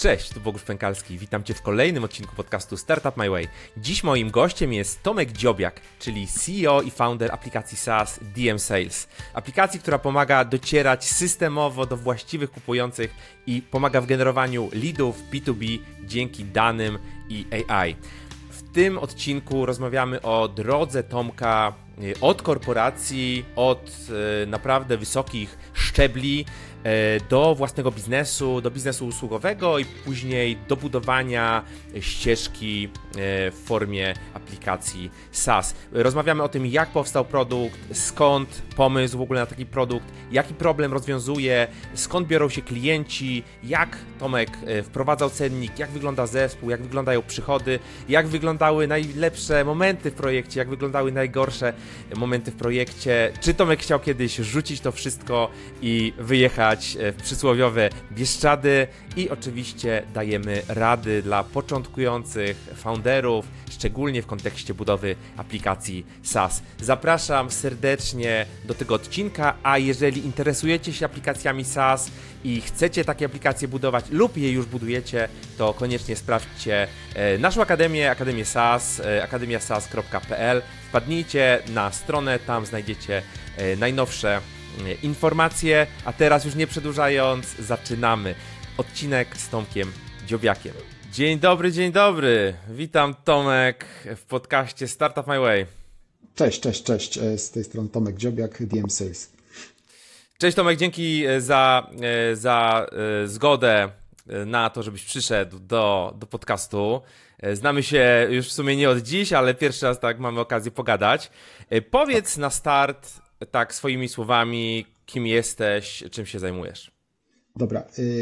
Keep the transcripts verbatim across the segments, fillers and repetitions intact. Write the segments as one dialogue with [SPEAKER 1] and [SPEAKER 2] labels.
[SPEAKER 1] Cześć, tu Bogusz Pękalski. Witam Cię w kolejnym odcinku podcastu Startup My Way. Dziś moim gościem jest Tomek Dziobiak, czyli C E O i founder aplikacji SaaS D M Sales. Aplikacji, która pomaga docierać systemowo do właściwych kupujących i pomaga w generowaniu leadów B dwa B dzięki danym i A I. W tym odcinku rozmawiamy o drodze Tomka od korporacji, od e, naprawdę wysokich szczebli e, do własnego biznesu, do biznesu usługowego i później do budowania ścieżki e, w formie aplikacji SaaS. Rozmawiamy o tym, jak powstał produkt, skąd pomysł w ogóle na taki produkt, jaki problem rozwiązuje, skąd biorą się klienci, jak Tomek e, wprowadzał cennik, jak wygląda zespół, jak wyglądają przychody, jak wyglądały najlepsze momenty w projekcie, jak wyglądały najgorsze momenty w projekcie. Czy Tomek chciał kiedyś rzucić to wszystko i wyjechać w przysłowiowe Bieszczady? I oczywiście dajemy rady dla początkujących founderów, szczególnie w kontekście budowy aplikacji SaaS. Zapraszam serdecznie do tego odcinka, a jeżeli interesujecie się aplikacjami SaaS i chcecie takie aplikacje budować lub je już budujecie, to koniecznie sprawdźcie naszą akademię, Akademię SaaS, akademia saas kropka p l. Wpadnijcie na stronę, tam znajdziecie najnowsze informacje, a teraz już nie przedłużając, zaczynamy odcinek z Tomkiem Dziobiakiem. Dzień dobry, dzień dobry. Witam Tomek w podcaście Startup My Way.
[SPEAKER 2] Cześć, cześć, cześć. Z tej strony Tomek Dziobiak, D M Sales.
[SPEAKER 1] Cześć Tomek, dzięki za, za zgodę na to, żebyś przyszedł do, do podcastu. Znamy się już w sumie nie od dziś, ale pierwszy raz tak mamy okazję pogadać. Powiedz tak na start, tak swoimi słowami, kim jesteś, czym się zajmujesz.
[SPEAKER 2] Dobra,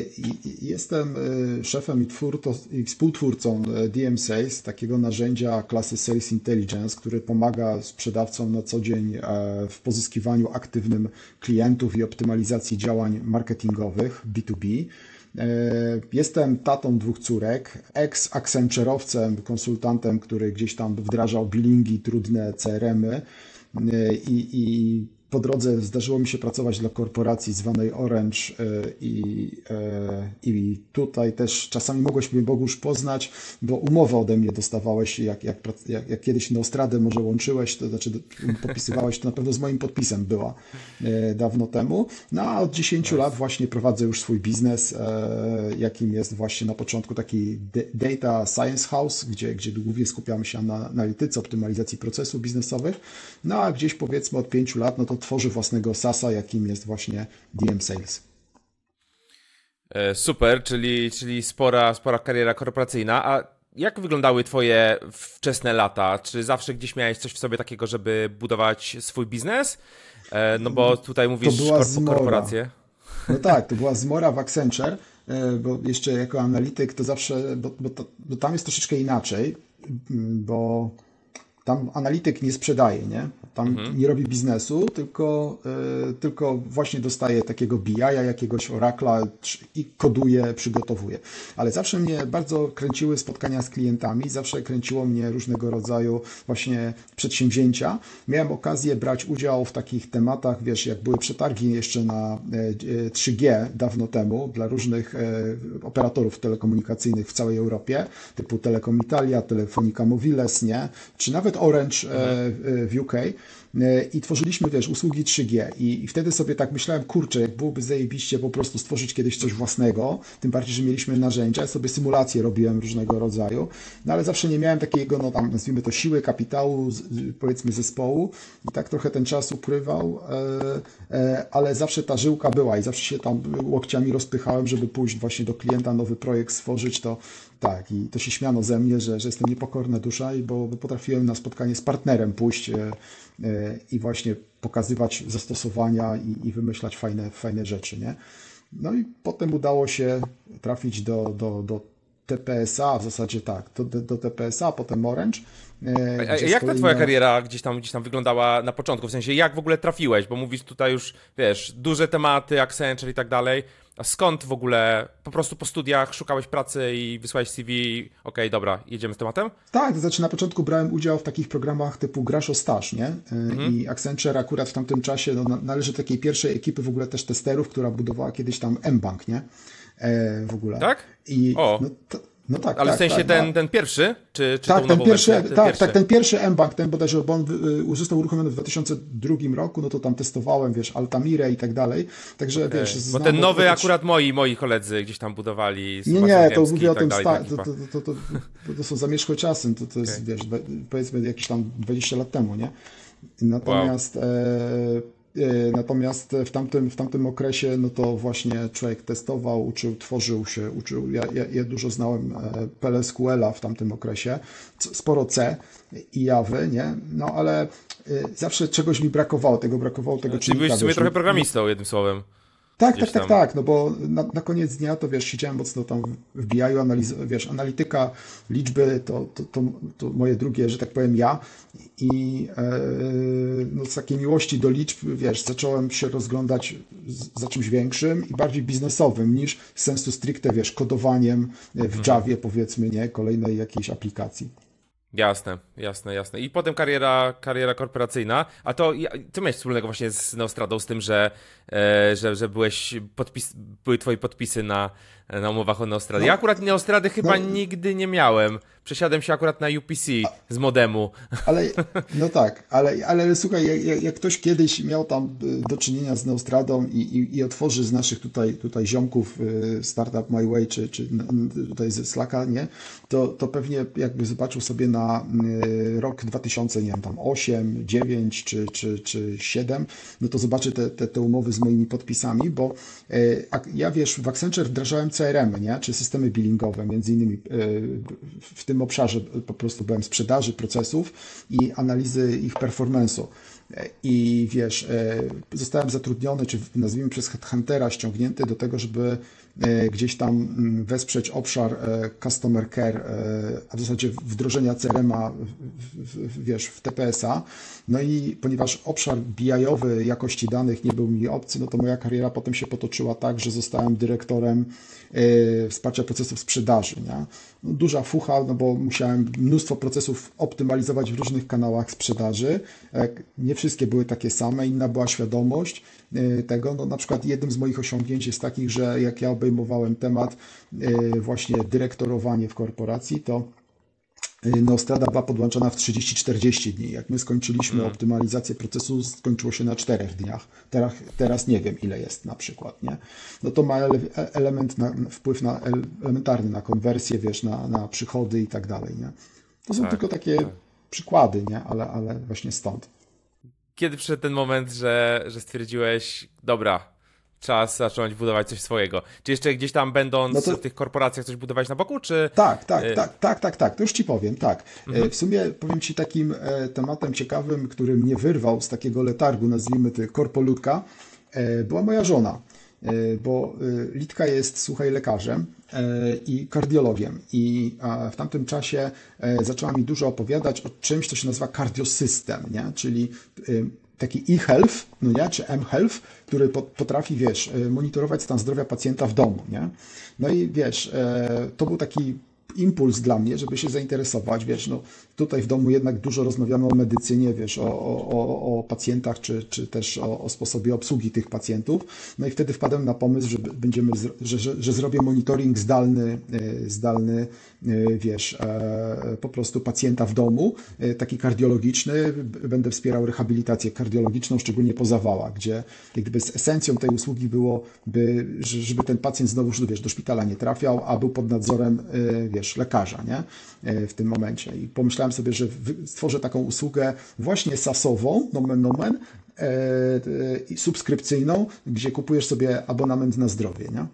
[SPEAKER 2] jestem szefem i, twórto, i współtwórcą D M Sales, takiego narzędzia klasy Sales Intelligence, który pomaga sprzedawcom na co dzień w pozyskiwaniu aktywnym klientów i optymalizacji działań marketingowych B dwa B. Jestem tatą dwóch córek, ex-Accenture'owcem, konsultantem, który gdzieś tam wdrażał billingi, trudne C R M-y i, i po drodze zdarzyło mi się pracować dla korporacji zwanej Orange i, i tutaj też czasami mogłeś mnie, Bogusz, poznać, bo umowę ode mnie dostawałeś, jak, jak, jak, jak kiedyś Nostradę może łączyłeś, to znaczy podpisywałeś, to na pewno z moim podpisem była dawno temu. No a od dziesięciu lat właśnie prowadzę już swój biznes, jakim jest właśnie na początku taki Data Science House, gdzie, gdzie głównie skupiamy się na analityce, optymalizacji procesów biznesowych, no a gdzieś powiedzmy od pięciu lat, no to tworzy własnego SaaS-a, jakim jest właśnie D M Sales.
[SPEAKER 1] Super, czyli, czyli spora, spora kariera korporacyjna. A jak wyglądały Twoje wczesne lata? Czy zawsze gdzieś miałeś coś w sobie takiego, żeby budować swój biznes? No bo tutaj mówisz korp- korporacje.
[SPEAKER 2] No tak, to była zmora w Accenture, bo jeszcze jako analityk to zawsze, bo, bo, to, bo tam jest troszeczkę inaczej, bo tam analityk nie sprzedaje, nie? Tam mhm. nie robi biznesu, tylko, y, tylko właśnie dostaje takiego B I a, jakiegoś Oracla i koduje, przygotowuje. Ale zawsze mnie bardzo kręciły spotkania z klientami, zawsze kręciło mnie różnego rodzaju właśnie przedsięwzięcia. Miałem okazję brać udział w takich tematach, wiesz, jak były przetargi jeszcze na y, trzy G dawno temu dla różnych y, operatorów telekomunikacyjnych w całej Europie, typu Telecom Italia, Telefonica Moviles, nie? Czy nawet Orange mhm. w U K. I tworzyliśmy, wiesz, usługi trzy G i, i wtedy sobie tak myślałem, kurczę, jak byłoby zajebiście po prostu stworzyć kiedyś coś własnego, tym bardziej, że mieliśmy narzędzia, ja sobie symulacje robiłem różnego rodzaju, no ale zawsze nie miałem takiego, no tam nazwijmy to siły, kapitału, z, powiedzmy zespołu i tak trochę ten czas upływał, e, e, ale zawsze ta żyłka była i zawsze się tam łokciami rozpychałem, żeby pójść właśnie do klienta, nowy projekt stworzyć, to tak, i to się śmiano ze mnie, że, że jestem niepokorna dusza, bo, bo potrafiłem na spotkanie z partnerem pójść e, e, i właśnie pokazywać zastosowania i, i wymyślać fajne, fajne rzeczy, nie? No i potem udało się trafić do, do, do T P S A, w zasadzie tak, do, do T P S A, potem Orange.
[SPEAKER 1] E, A jak ta twoja kariera gdzieś tam, gdzieś tam wyglądała na początku? W sensie, jak w ogóle trafiłeś? Bo mówisz tutaj już, wiesz, duże tematy, Accenture i tak dalej. A skąd w ogóle, po prostu po studiach szukałeś pracy i wysłałeś C V i okej, okay, dobra, jedziemy z tematem?
[SPEAKER 2] Tak, to znaczy na początku brałem udział w takich programach typu Grasz o staż, nie? Mhm. I Accenture akurat w tamtym czasie no, należy do takiej pierwszej ekipy w ogóle też testerów, która budowała kiedyś tam mBank, nie? e, w ogóle.
[SPEAKER 1] Tak?
[SPEAKER 2] I,
[SPEAKER 1] O.
[SPEAKER 2] No, to, no tak,
[SPEAKER 1] Ale
[SPEAKER 2] tak,
[SPEAKER 1] w sensie
[SPEAKER 2] tak,
[SPEAKER 1] ten,
[SPEAKER 2] no.
[SPEAKER 1] ten pierwszy? Czy, czy
[SPEAKER 2] Tak,
[SPEAKER 1] tą
[SPEAKER 2] ten
[SPEAKER 1] nową
[SPEAKER 2] pierwszy,
[SPEAKER 1] wersję? Ten
[SPEAKER 2] tak,
[SPEAKER 1] pierwszy.
[SPEAKER 2] tak, ten pierwszy mBank, ten bodajże, bo on y, został uruchomiony w dwa tysiące drugim roku, no to tam testowałem, wiesz, Altamirę i tak dalej, także
[SPEAKER 1] Okay.
[SPEAKER 2] wiesz...
[SPEAKER 1] Bo
[SPEAKER 2] znam,
[SPEAKER 1] ten nowy
[SPEAKER 2] to,
[SPEAKER 1] akurat moi, moi koledzy gdzieś tam budowali.
[SPEAKER 2] Nie, nie, to mówię o
[SPEAKER 1] tak
[SPEAKER 2] tym,
[SPEAKER 1] dalej,
[SPEAKER 2] sta-
[SPEAKER 1] ta
[SPEAKER 2] to,
[SPEAKER 1] ekipa.
[SPEAKER 2] to, to, to, to, to są zamierzchłe czasy, to, to jest,
[SPEAKER 1] Okay.
[SPEAKER 2] wiesz, powiedzmy jakieś tam dwadzieścia lat temu, nie? Natomiast... Wow. E, Natomiast w tamtym, w tamtym okresie, no to właśnie człowiek testował, uczył, tworzył się, uczył. Ja, ja, ja dużo znałem P L S Q L-a w tamtym okresie, sporo C i Javy, nie? No ale zawsze czegoś mi brakowało, tego brakowało tego
[SPEAKER 1] Czyli byłeś w sumie
[SPEAKER 2] wiesz,
[SPEAKER 1] trochę programistą, jednym słowem.
[SPEAKER 2] Tak, tak,
[SPEAKER 1] tam.
[SPEAKER 2] tak, tak, no bo na, na koniec dnia to wiesz, siedziałem mocno tam w B I-u, analiz, wiesz, analityka, liczby, to, to, to, to moje drugie, że tak powiem ja i e, no, z takiej miłości do liczb, wiesz, zacząłem się rozglądać z, za czymś większym i bardziej biznesowym niż sensu stricte, wiesz, kodowaniem w Javie powiedzmy, nie, kolejnej jakiejś aplikacji.
[SPEAKER 1] Jasne, jasne, jasne. I potem kariera, kariera korporacyjna. A to co miałeś wspólnego właśnie z Neostradą, z tym, że, e, że, że byłeś podpis, były twoje podpisy na, na umowach o Neostradę?
[SPEAKER 2] No,
[SPEAKER 1] ja akurat Neostrady chyba
[SPEAKER 2] no,
[SPEAKER 1] nigdy nie miałem. Przesiadłem się akurat na U P C z modemu.
[SPEAKER 2] Ale, no tak, ale, ale słuchaj, jak, jak ktoś kiedyś miał tam do czynienia z Neostradą i, i, i otworzy z naszych tutaj, tutaj ziomków Startup My Way, czy, czy tutaj ze Slacka, nie, to, to pewnie jakby zobaczył sobie na rok dwa tysiące, nie wiem, tam osiem, dziewięć czy, czy, czy siedem, no to zobaczy te, te, te umowy z moimi podpisami, bo ja wiesz, w Accenture wdrażałem C R M-y, nie, czy systemy billingowe, między innymi w tym obszarze po prostu byłem sprzedaży procesów i analizy ich performance'u. I wiesz, zostałem zatrudniony, czy nazwijmy przez headhuntera ściągnięty do tego, żeby gdzieś tam wesprzeć obszar customer care, a w zasadzie wdrożenia C R M-a wiesz, w T P S a. No i ponieważ obszar B I-owy jakości danych nie był mi obcy, no to moja kariera potem się potoczyła tak, że zostałem dyrektorem wsparcia procesów sprzedaży. Nie? No, duża fucha, no bo musiałem mnóstwo procesów optymalizować w różnych kanałach sprzedaży. Nie wszystkie były takie same, inna była świadomość tego. No, na przykład jednym z moich osiągnięć jest takich, że jak ja obejmowałem temat właśnie dyrektorowanie w korporacji, to Neostrada była podłączona w trzydzieści czterdzieści dni. Jak my skończyliśmy hmm. optymalizację procesu, skończyło się na czterech dniach. Teraz, teraz nie wiem, ile jest na przykład. Nie? No to ma ele, element na, wpływ na, elementarny na konwersję, wiesz, na, na przychody i tak dalej. Nie? To są tak, tylko takie tak. przykłady, nie? Ale, ale właśnie stąd.
[SPEAKER 1] Kiedy przyszedł ten moment, że, że stwierdziłeś, dobra, czas zacząć budować coś swojego? Czy jeszcze gdzieś tam będąc no to... w tych korporacjach coś budować na boku, czy...
[SPEAKER 2] Tak, tak, y... tak, tak, tak, tak, to już Ci powiem, tak. Mhm. W sumie powiem Ci takim tematem ciekawym, który mnie wyrwał z takiego letargu, nazwijmy to korpolutka, była moja żona, bo Litka jest, słuchaj, lekarzem i kardiologiem i w tamtym czasie zaczęła mi dużo opowiadać o czymś, co się nazywa cardiosystem, nie? Czyli taki e-health, no nie, czy m-health, który potrafi, wiesz, monitorować stan zdrowia pacjenta w domu, nie? No i wiesz, to był taki impuls dla mnie, żeby się zainteresować, wiesz, no tutaj w domu jednak dużo rozmawiamy o medycynie, wiesz, o, o, o pacjentach, czy, czy też o, o sposobie obsługi tych pacjentów, no i wtedy wpadłem na pomysł, że będziemy, że, że, że zrobię monitoring zdalny, zdalny, wiesz, po prostu pacjenta w domu, taki kardiologiczny, będę wspierał rehabilitację kardiologiczną, szczególnie po zawałach, gdzie jak gdyby z esencją tej usługi było, by, żeby ten pacjent znowu, wiesz, do szpitala nie trafiał, a był pod nadzorem, wiesz, lekarza, nie? W tym momencie. I pomyślałem sobie, że stworzę taką usługę właśnie SaaS-ową, nomen nomen, i subskrypcyjną, gdzie kupujesz sobie abonament na zdrowie, nie?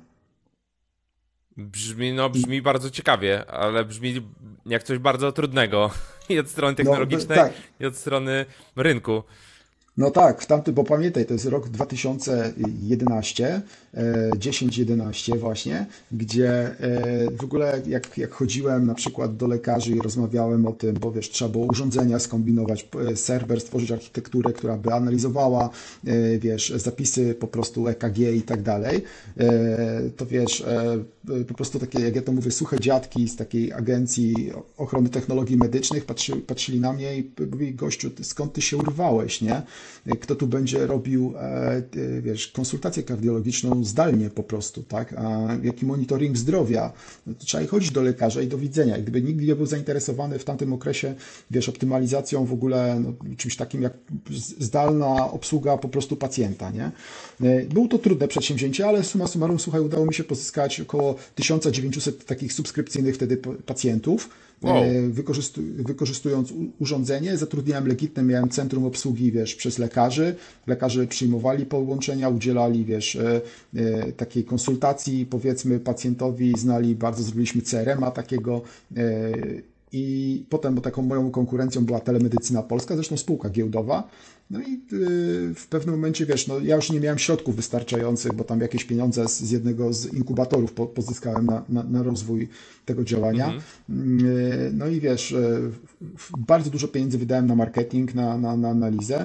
[SPEAKER 1] Brzmi, no, brzmi I... bardzo ciekawie, ale brzmi jak coś bardzo trudnego i od strony technologicznej, no, tak. i od strony rynku.
[SPEAKER 2] No tak, w tamtym, bo pamiętaj, to jest rok dwa tysiące jedenasty, dziesięć jedenaście właśnie, gdzie w ogóle jak, jak chodziłem na przykład do lekarzy i rozmawiałem o tym, bo wiesz, trzeba było urządzenia skombinować, serwer, stworzyć architekturę, która by analizowała, wiesz, zapisy po prostu E K G i tak dalej, to wiesz, po prostu takie, jak ja to mówię, suche dziadki z takiej agencji ochrony technologii medycznych patrzy, patrzyli na mnie i mówili, gościu, skąd ty się urwałeś, nie? kto tu będzie robił, wiesz, konsultację kardiologiczną zdalnie po prostu, tak? A jaki monitoring zdrowia? No to trzeba chodzić do lekarza i do widzenia. I gdyby nikt nie był zainteresowany w tamtym okresie, wiesz, optymalizacją w ogóle, no, czymś takim jak zdalna obsługa po prostu pacjenta, nie? Było to trudne przedsięwzięcie, ale summa summarum, słuchaj, udało mi się pozyskać około tysiąc dziewięćset takich subskrypcyjnych wtedy pacjentów. Wow. Wykorzystu, wykorzystując urządzenie, zatrudniałem legitne, miałem centrum obsługi, wiesz, przez lekarzy. Lekarze przyjmowali połączenia, udzielali, wiesz, e, e, takiej konsultacji, powiedzmy, pacjentowi, znali, bardzo zrobiliśmy C R M-a takiego. E, I potem, bo taką moją konkurencją była Telemedycyna Polska, zresztą spółka giełdowa. No i w pewnym momencie, wiesz, no ja już nie miałem środków wystarczających, bo tam jakieś pieniądze z, z jednego z inkubatorów po, pozyskałem na, na, na rozwój tego działania. Mhm. No i wiesz, bardzo dużo pieniędzy wydałem na marketing, na, na, na analizę.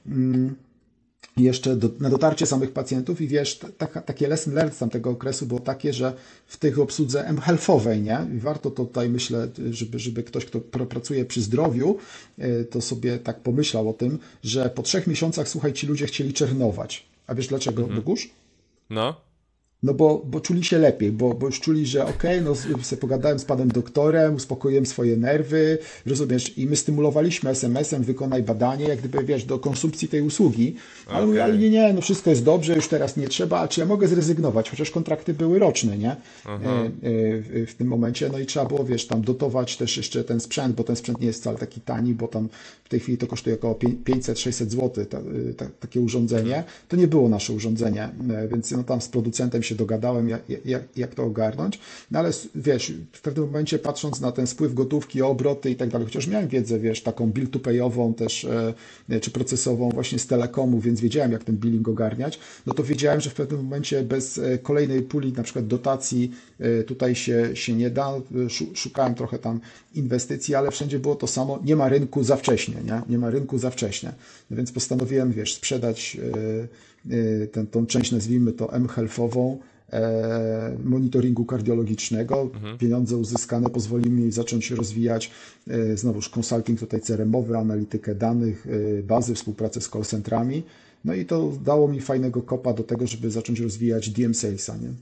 [SPEAKER 2] Jeszcze do, na dotarcie samych pacjentów i wiesz, ta, takie lesson learned z tamtego okresu było takie, że w tych obsłudze mHealthowej, nie? I warto to tutaj, myślę, żeby, żeby ktoś, kto pracuje przy zdrowiu, to sobie tak pomyślał o tym, że po trzech miesiącach, słuchaj, ci ludzie chcieli czernować. A wiesz dlaczego, mhm. Bogusz?
[SPEAKER 1] No.
[SPEAKER 2] No bo, bo czuli się lepiej, bo, bo już czuli, że okej, okay, no sobie pogadałem z panem doktorem, uspokoiłem swoje nerwy, rozumiesz, i my stymulowaliśmy es em esem, wykonaj badanie, jak gdyby, wiesz, do konsumpcji tej usługi, ale okay. Mówię, ale nie, nie, no wszystko jest dobrze, już teraz nie trzeba, a czy ja mogę zrezygnować, chociaż kontrakty były roczne, nie, uh-huh. w tym momencie, no i trzeba było, wiesz, tam dotować też jeszcze ten sprzęt, bo ten sprzęt nie jest wcale taki tani, bo tam w tej chwili to kosztuje około pięćset sześćset złotych ta, ta, takie urządzenie, to nie było nasze urządzenie, więc no tam z producentem się dogadałem, jak, jak, jak to ogarnąć, no ale wiesz, w pewnym momencie patrząc na ten spływ gotówki, obroty i tak dalej, chociaż miałem wiedzę, wiesz, taką bill-to-payową też, e, czy procesową właśnie z Telekomu, więc wiedziałem, jak ten billing ogarniać, no to wiedziałem, że w pewnym momencie bez kolejnej puli, na przykład dotacji, e, tutaj się, się nie da, szukałem trochę tam inwestycji, ale wszędzie było to samo, nie ma rynku za wcześnie, nie, nie ma rynku za wcześnie, no więc postanowiłem, wiesz, sprzedać e, Ten, tą część, nazwijmy to mHealthową, e, monitoringu kardiologicznego. Mhm. Pieniądze uzyskane pozwoli mi zacząć rozwijać e, znowuż konsulting tutaj C R M-owy, analitykę danych, e, bazy, współpracę z call centrami. No i to dało mi fajnego kopa do tego, żeby zacząć rozwijać D M Salesa, nie?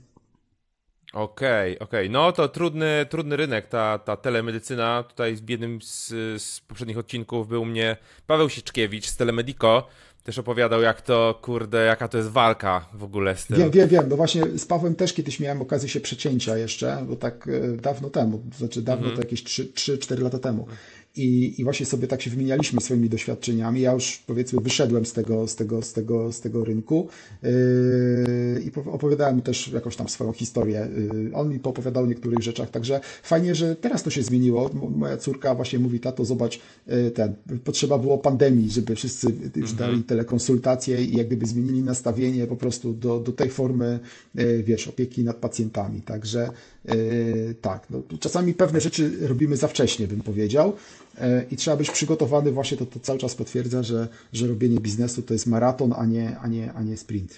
[SPEAKER 1] Okej, okay, okej. Okay. No to trudny, trudny rynek, ta, ta telemedycyna. Tutaj w jednym z, z poprzednich odcinków był u mnie Paweł Sieczkiewicz z Telemedico. Też opowiadał, jak to, kurde, jaka to jest walka w ogóle z tym.
[SPEAKER 2] Wiem, wiem, wiem, bo właśnie z Pawłem też kiedyś miałem okazję się przecięcia jeszcze, bo tak dawno temu, to znaczy dawno mm-hmm. to jakieś trzy cztery lata temu. I, I właśnie sobie tak się wymienialiśmy swoimi doświadczeniami. Ja już, powiedzmy, wyszedłem z tego, z tego, z tego, z tego rynku yy, i opowiadałem mu też jakąś tam swoją historię. Yy, on mi poopowiadał o niektórych rzeczach, także fajnie, że teraz to się zmieniło. Moja córka właśnie mówi, tato, zobacz, yy, ten, potrzeba było pandemii, żeby wszyscy już mm-hmm. dali telekonsultacje i jak gdyby zmienili nastawienie po prostu do, do tej formy, yy, wiesz, opieki nad pacjentami. Także yy, tak, no, czasami pewne rzeczy robimy za wcześnie, bym powiedział. I trzeba być przygotowany, właśnie to, to cały czas potwierdza, że, że robienie biznesu to jest maraton, a nie, a nie, a nie sprint.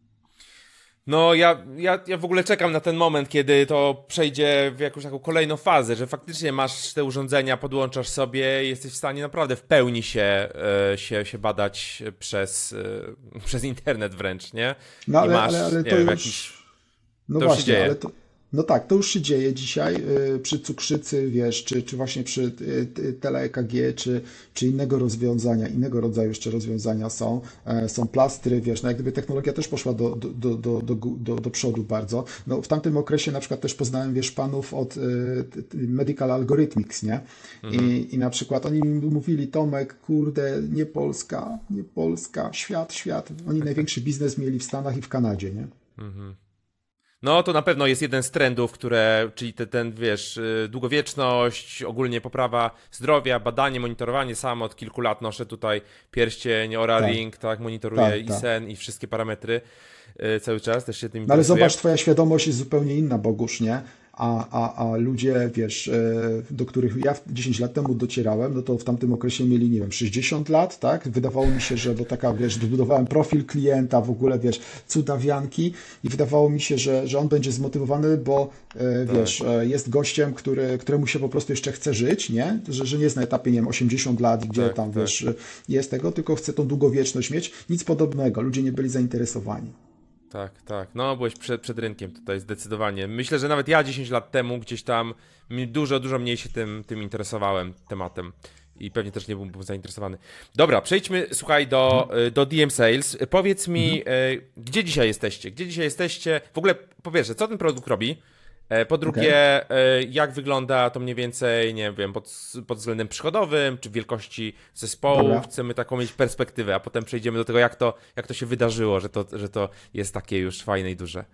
[SPEAKER 1] No ja, ja, ja w ogóle czekam na ten moment, kiedy to przejdzie w jakąś taką kolejną fazę, że faktycznie masz te urządzenia, podłączasz sobie i jesteś w stanie naprawdę w pełni się, się, się badać przez, przez internet wręcz, nie?
[SPEAKER 2] No ale,
[SPEAKER 1] I masz,
[SPEAKER 2] ale, ale to
[SPEAKER 1] wiem,
[SPEAKER 2] już...
[SPEAKER 1] jakiś...
[SPEAKER 2] No
[SPEAKER 1] to
[SPEAKER 2] właśnie,
[SPEAKER 1] już
[SPEAKER 2] ale to... No tak, to już się dzieje dzisiaj y, przy cukrzycy, wiesz, czy, czy właśnie przy y, tele-E K G, czy, czy innego rozwiązania, innego rodzaju jeszcze rozwiązania są. E, są plastry, wiesz, no jak gdyby technologia też poszła do, do, do, do, do, do, do przodu bardzo. No w tamtym okresie na przykład też poznałem, wiesz, panów od y, Medical Algorithmics, nie? Mhm. I, I na przykład oni mi mówili, Tomek, kurde, nie Polska, nie Polska, świat, świat. Oni największy biznes mieli w Stanach i w Kanadzie, nie? Mhm.
[SPEAKER 1] No to na pewno jest jeden z trendów, które, czyli ten, ten, wiesz, długowieczność, ogólnie poprawa zdrowia, badanie, monitorowanie. Sam od kilku lat noszę tutaj pierścień, Oura Ring, tak, tak monitoruję tak, i tak. sen i wszystkie parametry cały czas, też się tym
[SPEAKER 2] no ale
[SPEAKER 1] interesuję.
[SPEAKER 2] zobacz, twoja świadomość jest zupełnie inna, Bogusz, nie? a, a, a ludzie, wiesz, do których ja dziesięć lat temu docierałem, no to w tamtym okresie mieli, nie wiem, sześćdziesiąt lat, tak? Wydawało mi się, że do taka, wiesz, wybudowałem profil klienta, w ogóle, wiesz, cudawianki i wydawało mi się, że, że on będzie zmotywowany, bo, wiesz, tak. jest gościem, który, któremu się po prostu jeszcze chce żyć, nie? Że, że nie jest na etapie, nie wiem, osiemdziesiąt lat, gdzie tak, tam, tak. wiesz, jest tego, tylko chce tą długowieczność mieć. Nic podobnego. Ludzie nie byli zainteresowani.
[SPEAKER 1] Tak, tak. No, byłeś przed, przed rynkiem tutaj zdecydowanie. Myślę, że nawet ja dziesięć lat temu gdzieś tam dużo, dużo mniej się tym, tym interesowałem, tematem. I pewnie też nie byłbym zainteresowany. Dobra, przejdźmy, słuchaj, do, do D M Sales. Powiedz mi, mhm. gdzie dzisiaj jesteście? Gdzie dzisiaj jesteście? W ogóle, po pierwsze, co ten produkt robi? Po drugie, okay. jak wygląda to mniej więcej, nie wiem, pod, pod względem przychodowym, czy wielkości zespołu? Dobra. Chcemy taką mieć perspektywę, a potem przejdziemy do tego, jak to, jak to się wydarzyło, że to, że to jest takie już fajne i duże.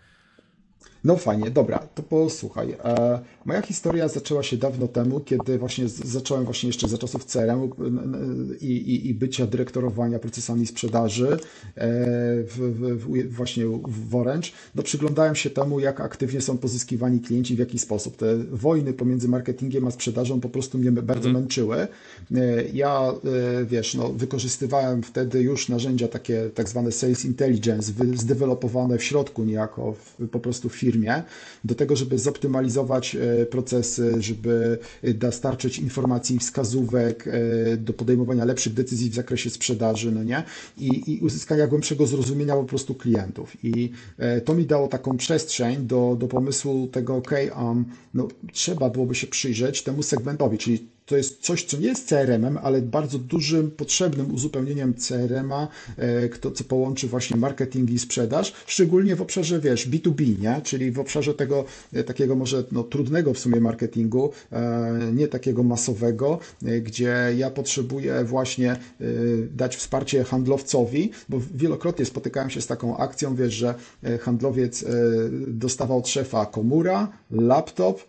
[SPEAKER 2] No fajnie, dobra, to posłuchaj. E, moja historia zaczęła się dawno temu, kiedy właśnie z, zacząłem właśnie jeszcze za czasów C R M i, i, i bycia dyrektorowania procesami sprzedaży e, w, w, w, właśnie w Orange. No przyglądałem się temu, jak aktywnie są pozyskiwani klienci, w jaki sposób. Te wojny pomiędzy marketingiem a sprzedażą po prostu mnie bardzo mm. męczyły. E, ja, e, wiesz, no, wykorzystywałem wtedy już narzędzia takie tak zwane Sales Intelligence, zdevelopowane w środku niejako, w, po prostu w firmie. Do tego, żeby zoptymalizować procesy, żeby dostarczyć informacji i wskazówek do podejmowania lepszych decyzji w zakresie sprzedaży, no nie? I, i uzyskania głębszego zrozumienia po prostu klientów. I to mi dało taką przestrzeń do, do pomysłu tego, ok, um, no, trzeba byłoby się przyjrzeć temu segmentowi, czyli to jest coś, co nie jest C R M-em, ale bardzo dużym, potrzebnym uzupełnieniem C R M-a, kto, co połączy właśnie marketing i sprzedaż, szczególnie w obszarze, wiesz, B dwa B, nie? Czyli w obszarze tego takiego może no, trudnego w sumie marketingu, nie takiego masowego, gdzie ja potrzebuję właśnie dać wsparcie handlowcowi, bo wielokrotnie spotykałem się z taką akcją, wiesz, że handlowiec dostawał od szefa komura, laptop,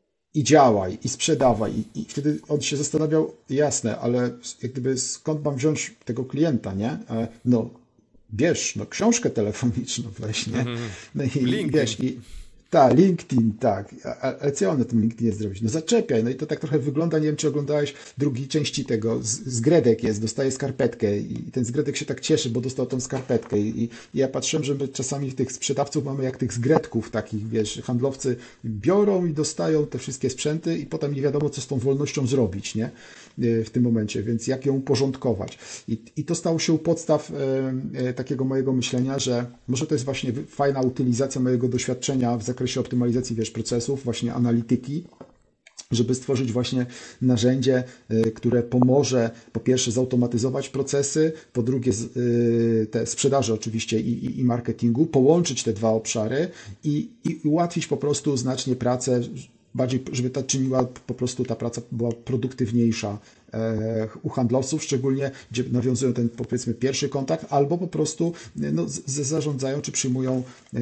[SPEAKER 2] i działaj, i sprzedawaj. I, I wtedy on się zastanawiał, jasne, ale jak gdyby skąd mam wziąć tego klienta, nie? No, bierz, no książkę telefoniczną weź, nie? No i, i wiesz, i tak, LinkedIn, tak. Ale co on na tym LinkedInie zrobić? No zaczepiaj. No i to tak trochę wygląda, nie wiem, czy oglądałeś drugiej części tego. Z, zgredek jest, dostaje skarpetkę i ten zgredek się tak cieszy, bo dostał tą skarpetkę. I, i ja patrzyłem, że my czasami tych sprzedawców mamy jak tych zgredków takich, wiesz, handlowcy biorą i dostają te wszystkie sprzęty i potem nie wiadomo, co z tą wolnością zrobić, nie? W tym momencie, więc jak ją uporządkować. I, i to stało się u podstaw e, e, takiego mojego myślenia, że może to jest właśnie fajna utylizacja mojego doświadczenia w zakresie optymalizacji, wiesz, procesów, właśnie analityki, żeby stworzyć właśnie narzędzie, y, które pomoże po pierwsze zautomatyzować procesy, po drugie z, y, te sprzedaży oczywiście i, i, i marketingu, połączyć te dwa obszary i, i ułatwić po prostu znacznie pracę, bardziej, żeby ta czyniła po prostu ta praca była produktywniejsza e, u handlowców, szczególnie gdzie nawiązują ten, powiedzmy, pierwszy kontakt, albo po prostu no, z, zarządzają czy przyjmują e,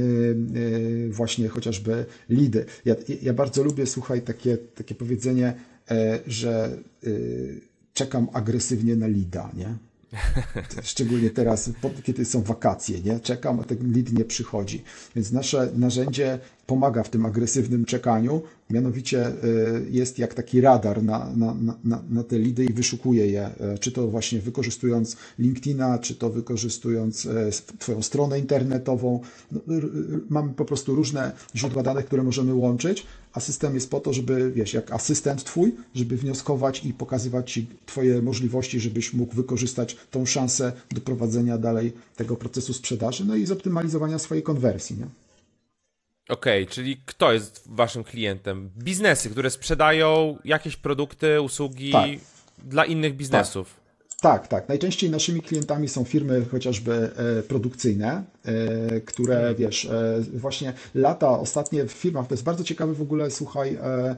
[SPEAKER 2] e, właśnie chociażby lidy. Ja, ja bardzo lubię, słuchaj, takie, takie powiedzenie, e, że e, czekam agresywnie na lida, nie? Szczególnie teraz, kiedy są wakacje, nie? Czekam, a ten lead nie przychodzi. Więc nasze narzędzie pomaga w tym agresywnym czekaniu, mianowicie jest jak taki radar na, na, na, na te lidy i wyszukuje je, czy to właśnie wykorzystując LinkedIna, czy to wykorzystując Twoją stronę internetową. No, mamy po prostu różne źródła danych, które możemy łączyć, a system jest po to, żeby, wiesz, jak asystent Twój, żeby wnioskować i pokazywać Ci Twoje możliwości, żebyś mógł wykorzystać tą szansę do prowadzenia dalej tego procesu sprzedaży, no i zoptymalizowania swojej konwersji, nie?
[SPEAKER 1] Okej, okay, czyli kto jest waszym klientem? Biznesy, które sprzedają jakieś produkty, usługi tak. dla innych biznesów.
[SPEAKER 2] Tak. Tak, tak. Najczęściej naszymi klientami są firmy chociażby e, produkcyjne, e, które, wiesz, e, właśnie lata ostatnie w firmach, to jest bardzo ciekawy w ogóle, słuchaj, e, e,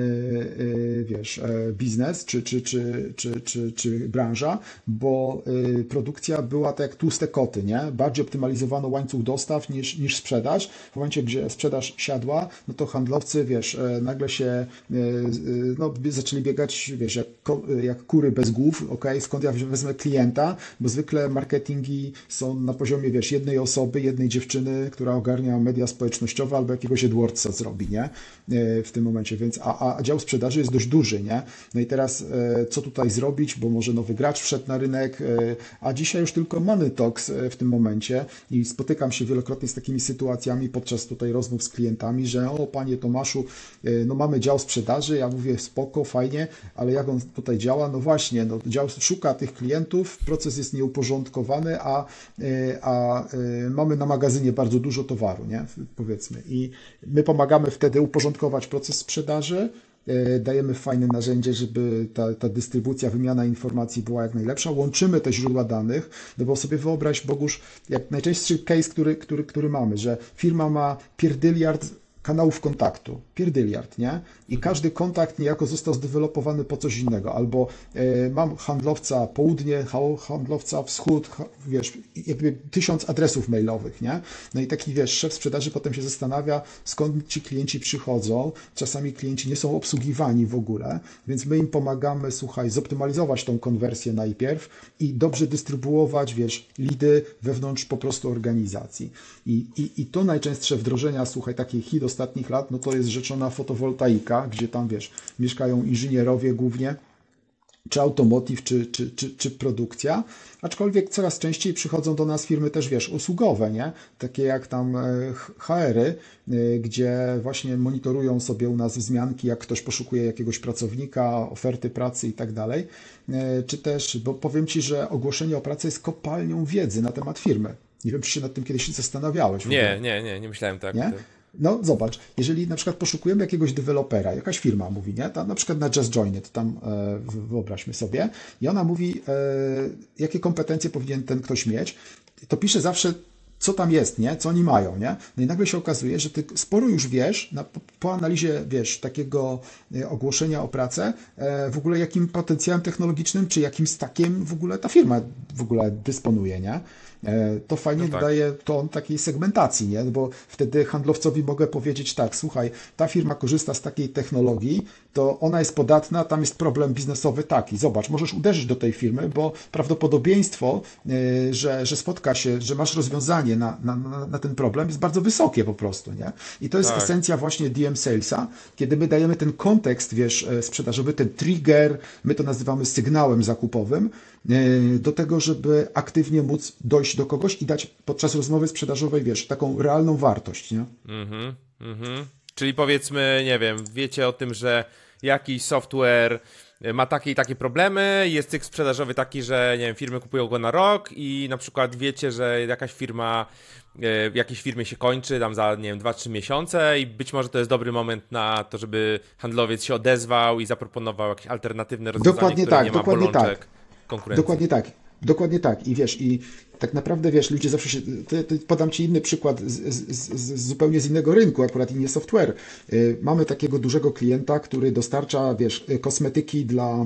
[SPEAKER 2] wiesz, e, biznes czy, czy, czy, czy, czy, czy branża, bo e, produkcja była tak jak tłuste koty, nie? Bardziej optymalizowano łańcuch dostaw niż, niż sprzedaż. W momencie, gdzie sprzedaż siadła, no to handlowcy, wiesz, e, nagle się e, no, zaczęli biegać, wiesz, jak, jak kury bez głów, okej, skąd ja ja wezmę klienta, bo zwykle marketingi są na poziomie, wiesz, jednej osoby, jednej dziewczyny, która ogarnia media społecznościowe albo jakiegoś AdWordsa zrobi, nie? W tym momencie, więc, a, a dział sprzedaży jest dość duży, nie? No i teraz co tutaj zrobić, bo może nowy gracz wszedł na rynek, a dzisiaj już tylko Money Talks w tym momencie i spotykam się wielokrotnie z takimi sytuacjami podczas tutaj rozmów z klientami, że o, panie Tomaszu, no mamy dział sprzedaży, ja mówię spoko, fajnie, ale jak on tutaj działa? No właśnie, no, dział szuka tych klientów, proces jest nieuporządkowany, a, a mamy na magazynie bardzo dużo towaru, nie? Powiedzmy. I my pomagamy wtedy uporządkować proces sprzedaży, dajemy fajne narzędzie, żeby ta, ta dystrybucja, wymiana informacji była jak najlepsza. Łączymy te źródła danych, no bo sobie wyobraź, Bogusz, jak najczęstszy case, który, który, który mamy, że firma ma pierdyliard kanałów kontaktu, pierdyliard, nie? I każdy kontakt niejako został zdewelopowany po coś innego, albo y, mam handlowca południe, handlowca wschód, wiesz, jakby tysiąc adresów mailowych, nie? No i taki, wiesz, szef sprzedaży potem się zastanawia, skąd ci klienci przychodzą, czasami klienci nie są obsługiwani w ogóle, więc my im pomagamy, słuchaj, zoptymalizować tą konwersję najpierw i dobrze dystrybuować, wiesz, lidy wewnątrz po prostu organizacji. I, i, i to najczęstsze wdrożenia, słuchaj, takiej hit ostatnich lat, no to jest rzeczona fotowoltaika, gdzie tam, wiesz, mieszkają inżynierowie głównie, czy automotive, czy, czy, czy, czy produkcja, aczkolwiek coraz częściej przychodzą do nas firmy też, wiesz, usługowe, nie? Takie jak tam H R-y, gdzie właśnie monitorują sobie u nas wzmianki, jak ktoś poszukuje jakiegoś pracownika, oferty pracy i tak dalej, czy też, bo powiem Ci, że ogłoszenie o pracę jest kopalnią wiedzy na temat firmy. Nie wiem, czy się nad tym kiedyś zastanawiałeś.
[SPEAKER 1] Nie, nie, nie, nie myślałem tak.
[SPEAKER 2] Nie? No zobacz, jeżeli na przykład poszukujemy jakiegoś dewelopera, jakaś firma mówi, nie? Tam na przykład na Just Join It, tam e, wyobraźmy sobie, i ona mówi, e, jakie kompetencje powinien ten ktoś mieć, to pisze zawsze, co tam jest, nie? Co oni mają, nie? No i nagle się okazuje, że ty sporo już wiesz, na, po analizie, wiesz, takiego ogłoszenia o pracę, e, w ogóle jakim potencjałem technologicznym, czy jakim stackiem w ogóle ta firma w ogóle dysponuje, nie? To fajnie no tak. Daje ton takiej segmentacji, nie? Bo wtedy handlowcowi mogę powiedzieć tak, słuchaj, ta firma korzysta z takiej technologii, to ona jest podatna, tam jest problem biznesowy taki. Zobacz, możesz uderzyć do tej firmy, bo prawdopodobieństwo, że, że spotka się, że masz rozwiązanie na, na, na ten problem jest bardzo wysokie po prostu, nie? I to jest tak. Esencja właśnie D M Salesa, kiedy my dajemy ten kontekst, wiesz, sprzedażowy, ten trigger, my to nazywamy sygnałem zakupowym, do tego, żeby aktywnie móc dojść do kogoś i dać podczas rozmowy sprzedażowej, wiesz, taką realną wartość, nie?
[SPEAKER 1] Mhm, mhm. Czyli powiedzmy, nie wiem, wiecie o tym, że jakiś software ma takie i takie problemy, jest cykl sprzedażowy taki, że nie wiem, firmy kupują go na rok i na przykład wiecie, że jakaś firma w jakiejś firmie się kończy tam za, nie wiem, dwa trzy miesiące i być może to jest dobry moment na to, żeby handlowiec się odezwał i zaproponował jakieś alternatywne rozwiązanie,
[SPEAKER 2] dokładnie
[SPEAKER 1] które
[SPEAKER 2] tak,
[SPEAKER 1] nie ma
[SPEAKER 2] dokładnie
[SPEAKER 1] bolączek
[SPEAKER 2] tak.
[SPEAKER 1] konkurencji.
[SPEAKER 2] Dokładnie tak. Dokładnie tak. I wiesz, i tak naprawdę, wiesz, ludzie zawsze się... To, to podam Ci inny przykład z, z, z zupełnie z innego rynku, akurat i nie software. Yy, mamy takiego dużego klienta, który dostarcza, wiesz, kosmetyki dla,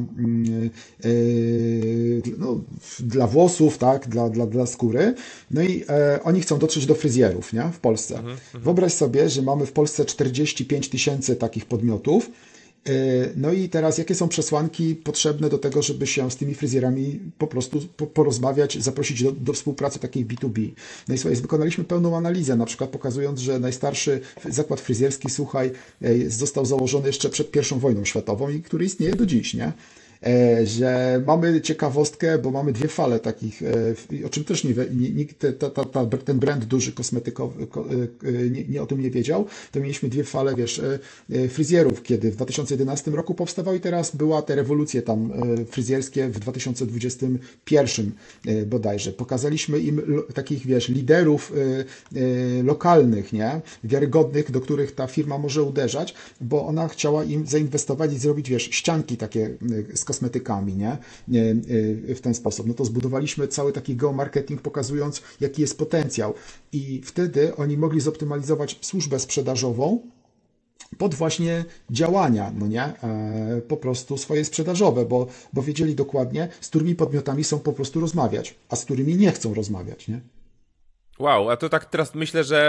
[SPEAKER 2] yy, no, dla włosów, tak, dla, dla, dla skóry. No i e, oni chcą dotrzeć do fryzjerów, nie, w Polsce. Mhm, Wyobraź sobie, że mamy w Polsce czterdzieści pięć tysięcy takich podmiotów. No i teraz jakie są przesłanki potrzebne do tego, żeby się z tymi fryzjerami po prostu porozmawiać, zaprosić do, do współpracy takiej B dwa B. No i słuchaj, wykonaliśmy pełną analizę, na przykład pokazując, że najstarszy zakład fryzjerski, słuchaj, został założony jeszcze przed pierwszą wojną światową i który istnieje do dziś, nie? Że mamy ciekawostkę, bo mamy dwie fale takich, o czym też nie, nikt, ta, ta, ta, ten brand duży kosmetykowy nie, nie o tym nie wiedział, to mieliśmy dwie fale, wiesz, fryzjerów, kiedy w dwa tysiące jedenastym roku powstawał i teraz była te rewolucje tam fryzjerskie w dwa tysiące dwudziestym pierwszym bodajże. Pokazaliśmy im takich, wiesz, liderów lokalnych, nie, wiarygodnych, do których ta firma może uderzać, bo ona chciała im zainwestować i zrobić, wiesz, ścianki takie z kosmetykami, nie? W ten sposób. No to zbudowaliśmy cały taki geomarketing, pokazując, jaki jest potencjał. I wtedy oni mogli zoptymalizować służbę sprzedażową pod właśnie działania, no nie? E, po prostu swoje sprzedażowe, bo, bo wiedzieli dokładnie, z którymi podmiotami są po prostu rozmawiać, a z którymi nie chcą rozmawiać, nie?
[SPEAKER 1] Wow, a to tak teraz myślę, że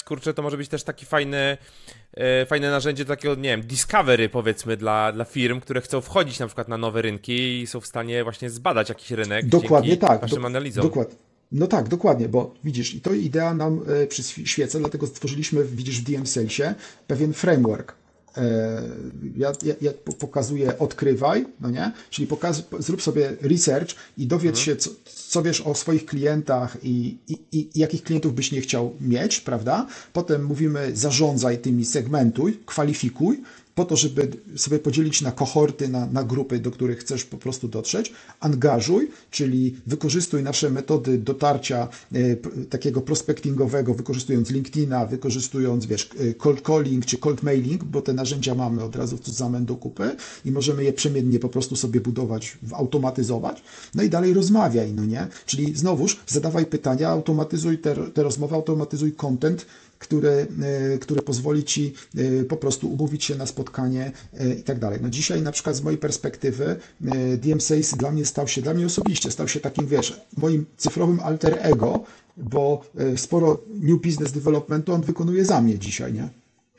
[SPEAKER 1] kurczę, to może być też taki fajny, e, fajne narzędzie do takiego, nie wiem, discovery powiedzmy dla, dla firm, które chcą wchodzić na przykład na nowe rynki i są w stanie właśnie zbadać jakiś rynek
[SPEAKER 2] Dokładnie
[SPEAKER 1] dzięki
[SPEAKER 2] tak.
[SPEAKER 1] waszym
[SPEAKER 2] Do,
[SPEAKER 1] analizom.
[SPEAKER 2] Dokładnie. No tak, dokładnie, bo widzisz, i to idea nam e, przyświeca, dlatego stworzyliśmy, widzisz, w D M Salesie pewien framework. E, ja, ja, ja pokazuję odkrywaj, no nie? Czyli pokaz, zrób sobie research i dowiedz mhm. się, co, co wiesz o swoich klientach i, i, i jakich klientów byś nie chciał mieć, prawda? Potem mówimy zarządzaj tymi, segmentuj, kwalifikuj, po to, żeby sobie podzielić na kohorty, na, na grupy, do których chcesz po prostu dotrzeć. Angażuj, czyli wykorzystuj nasze metody dotarcia y, takiego prospectingowego, wykorzystując LinkedIna, wykorzystując, wiesz, cold calling czy cold mailing, bo te narzędzia mamy od razu w zamęt do kupy i możemy je przemiennie po prostu sobie budować, automatyzować. No i dalej rozmawiaj, no nie? Czyli znowuż zadawaj pytania, automatyzuj te, te rozmowy, automatyzuj content, Które, które pozwoli Ci po prostu umówić się na spotkanie i tak dalej. No dzisiaj na przykład z mojej perspektywy D M Sales dla mnie stał się, dla mnie osobiście stał się takim, wiesz, moim cyfrowym alter ego, bo sporo new business developmentu on wykonuje za mnie dzisiaj, nie?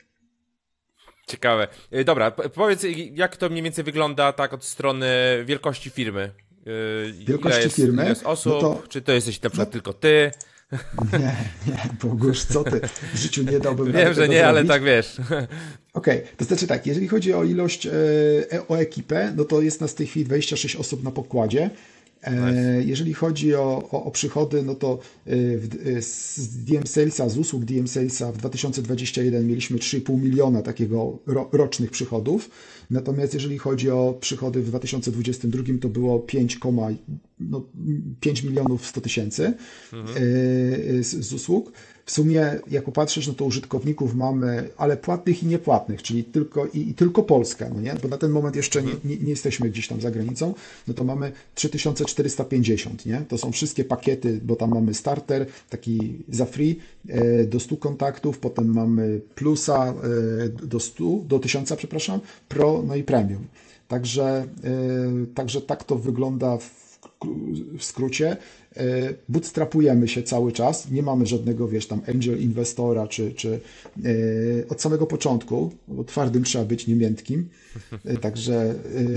[SPEAKER 1] Ciekawe. Dobra, powiedz, jak to mniej więcej wygląda tak od strony wielkości firmy?
[SPEAKER 2] Wielkości
[SPEAKER 1] jest,
[SPEAKER 2] firmy?
[SPEAKER 1] Ile jest osób? No to, czy to jesteś na przykład no, tylko ty?
[SPEAKER 2] Nie, nie, Bogusz, co ty? W życiu nie dałbym
[SPEAKER 1] Wiem, że nie, zrobić. Ale tak wiesz.
[SPEAKER 2] Okej, okay. To znaczy tak, jeżeli chodzi o ilość, e, o ekipę, no to jest nas w tej chwili dwadzieścia sześć osób na pokładzie. Nice. Jeżeli chodzi o, o, o przychody, no to w, z D M Salesa, z usług D M Salesa w dwa tysiące dwudziestym pierwszym mieliśmy trzy i pół miliona takiego ro, rocznych przychodów. Natomiast jeżeli chodzi o przychody w dwa tysiące dwudziestym drugim, to było pięć, no, pięć milionów sto tysięcy mhm. z, z usług. W sumie, jak popatrzysz, no to użytkowników mamy, ale płatnych i niepłatnych, czyli tylko i, i tylko Polska, no nie? Bo na ten moment jeszcze nie, nie, nie jesteśmy gdzieś tam za granicą, no to mamy trzy tysiące czterysta pięćdziesiąt, nie? To są wszystkie pakiety, bo tam mamy starter, taki za free, e, do stu kontaktów, potem mamy plusa e, do stu, do tysiąca, przepraszam, pro, no i premium. Także, e, także tak to wygląda w w skrócie. Bootstrapujemy się cały czas, nie mamy żadnego, wiesz, tam angel inwestora, czy, czy yy, od samego początku, bo twardym trzeba być, nie miętkim, yy, także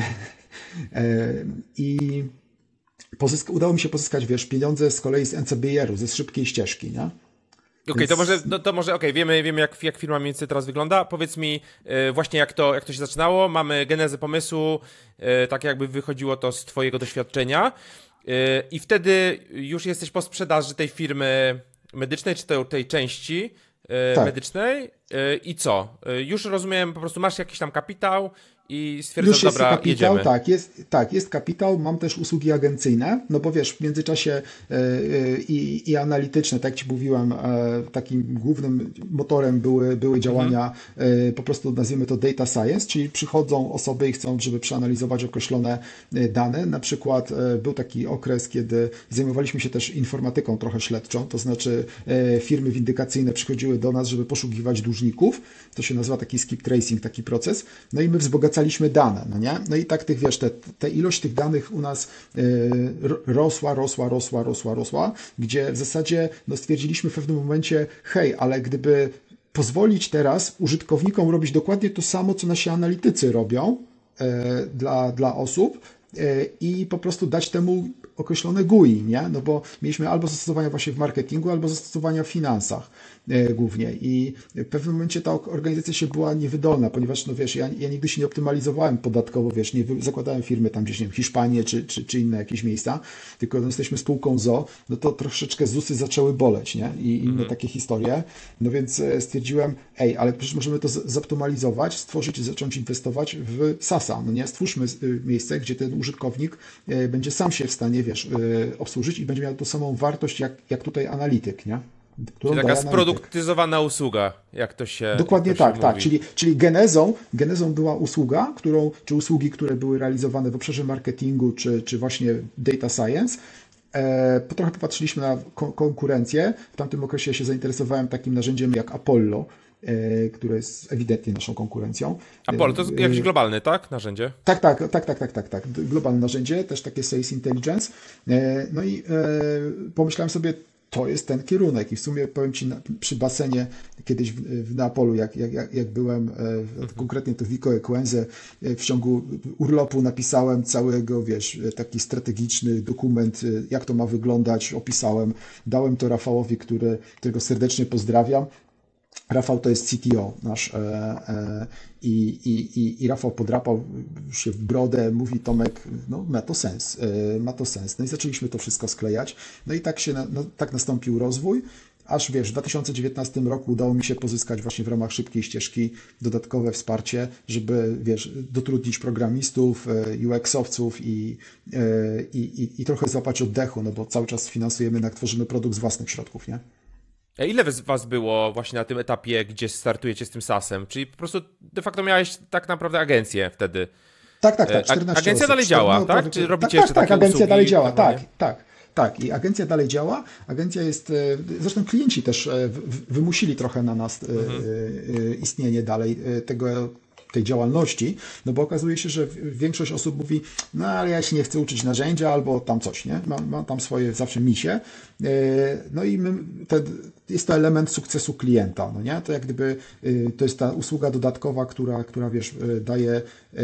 [SPEAKER 2] yy, yy, i pozyska- udało mi się pozyskać, wiesz, pieniądze z kolei z N C B R-u, ze szybkiej ścieżki, nie?
[SPEAKER 1] Okej, okay, to może, no, to może okej, okay, wiemy, wiemy jak, jak firma mniej więcej teraz wygląda. Powiedz mi yy, właśnie jak to, jak to się zaczynało. Mamy genezę pomysłu, yy, tak jakby wychodziło to z twojego doświadczenia yy, i wtedy już jesteś po sprzedaży tej firmy medycznej, czy tej, tej części yy, tak. medycznej yy, i co? Yy, już rozumiem, po prostu masz jakiś tam kapitał i stwierdzasz, dobra,
[SPEAKER 2] kapitał,
[SPEAKER 1] jedziemy.
[SPEAKER 2] Tak jest, tak, jest kapitał, mam też usługi agencyjne, no bo wiesz, w międzyczasie yy, i, i analityczne, tak jak Ci mówiłem, yy, takim głównym motorem były, były działania, yy, po prostu nazwijmy to data science, czyli przychodzą osoby i chcą, żeby przeanalizować określone dane. Na przykład yy, był taki okres, kiedy zajmowaliśmy się też informatyką trochę śledczą, to znaczy yy, firmy windykacyjne przychodziły do nas, żeby poszukiwać dłużników, to się nazywa taki skip tracing, taki proces, no i my wzbogacaliśmy dane, no nie? No i tak tych, wiesz, te, te ilość tych danych u nas y, rosła, rosła, rosła, rosła, rosła, gdzie w zasadzie no, stwierdziliśmy w pewnym momencie, hej, ale gdyby pozwolić teraz użytkownikom robić dokładnie to samo, co nasi analitycy robią y, dla, dla osób, i po prostu dać temu określone G U I, nie? No bo mieliśmy albo zastosowania właśnie w marketingu, albo zastosowania w finansach e, głównie i w pewnym momencie ta organizacja się była niewydolna, ponieważ, no wiesz, ja, ja nigdy się nie optymalizowałem podatkowo, wiesz, nie zakładałem firmy tam gdzieś, nie wiem, Hiszpanię czy, czy, czy inne jakieś miejsca, tylko no, jesteśmy spółką z o o, no to troszeczkę ZUSy zaczęły boleć, nie? I inne mhm. takie historie, no więc stwierdziłem, ej, ale przecież możemy to zoptymalizować, stworzyć i zacząć inwestować w SaaS-a, no nie? Stwórzmy miejsce, gdzie ten użytkownik będzie sam się w stanie, wiesz, obsłużyć i będzie miał tą samą wartość jak, jak tutaj analityk, nie?
[SPEAKER 1] Którą czyli taka sproduktyzowana usługa, jak to się
[SPEAKER 2] Dokładnie
[SPEAKER 1] to się
[SPEAKER 2] tak,
[SPEAKER 1] mówi.
[SPEAKER 2] tak. Czyli, czyli genezą, genezą była usługa, którą, czy usługi, które były realizowane w obszarze marketingu, czy, czy właśnie data science. E, trochę popatrzyliśmy na ko- konkurencję. W tamtym okresie się zainteresowałem takim narzędziem jak Apollo, które jest ewidentnie naszą konkurencją.
[SPEAKER 1] Apollo to jest jakiś globalny, tak? Narzędzie?
[SPEAKER 2] Tak, tak, tak, tak, tak, tak, tak. Globalne narzędzie, też takie Sales Intelligence. No i pomyślałem sobie, to jest ten kierunek i w sumie powiem Ci na, przy basenie kiedyś w, w Neapolu, jak, jak, jak byłem, e, mhm. konkretnie to Vico Equense, e, w ciągu urlopu napisałem całego, wiesz, taki strategiczny dokument, e, jak to ma wyglądać, opisałem, dałem to Rafałowi, który, którego serdecznie pozdrawiam. Rafał to jest C T O nasz e, e, i, i, i Rafał podrapał się w brodę, mówi Tomek, no ma to sens, e, ma to sens. No i zaczęliśmy to wszystko sklejać. No i tak się, no, tak nastąpił rozwój, aż wiesz, w dwa tysiące dziewiętnastym roku udało mi się pozyskać właśnie w ramach szybkiej ścieżki dodatkowe wsparcie, żeby, wiesz, dotrudnić programistów, U X-owców i, i, i, i trochę złapać oddechu, no bo cały czas finansujemy, jak tworzymy produkt z własnych środków, nie?
[SPEAKER 1] A ile z was było właśnie na tym etapie, gdzie startujecie z tym SaaS-em? Czyli po prostu de facto miałeś tak naprawdę agencję wtedy.
[SPEAKER 2] Tak, tak, tak. czternaście
[SPEAKER 1] Agencja
[SPEAKER 2] osób,
[SPEAKER 1] dalej działa,
[SPEAKER 2] no,
[SPEAKER 1] tak? Czy robicie
[SPEAKER 2] tak,
[SPEAKER 1] jeszcze
[SPEAKER 2] tak,
[SPEAKER 1] takie
[SPEAKER 2] tak, agencja
[SPEAKER 1] usługi,
[SPEAKER 2] dalej działa,
[SPEAKER 1] tak,
[SPEAKER 2] tak, tak. Tak, i agencja dalej działa. Agencja jest, zresztą klienci też wymusili trochę na nas mhm. istnienie dalej tego, tej działalności, no bo okazuje się, że większość osób mówi, no ale ja się nie chcę uczyć narzędzia albo tam coś, nie? Mam, mam tam swoje zawsze misie. No i my, te, jest to element sukcesu klienta, no nie? To jak gdyby to jest ta usługa dodatkowa, która, która wiesz, daje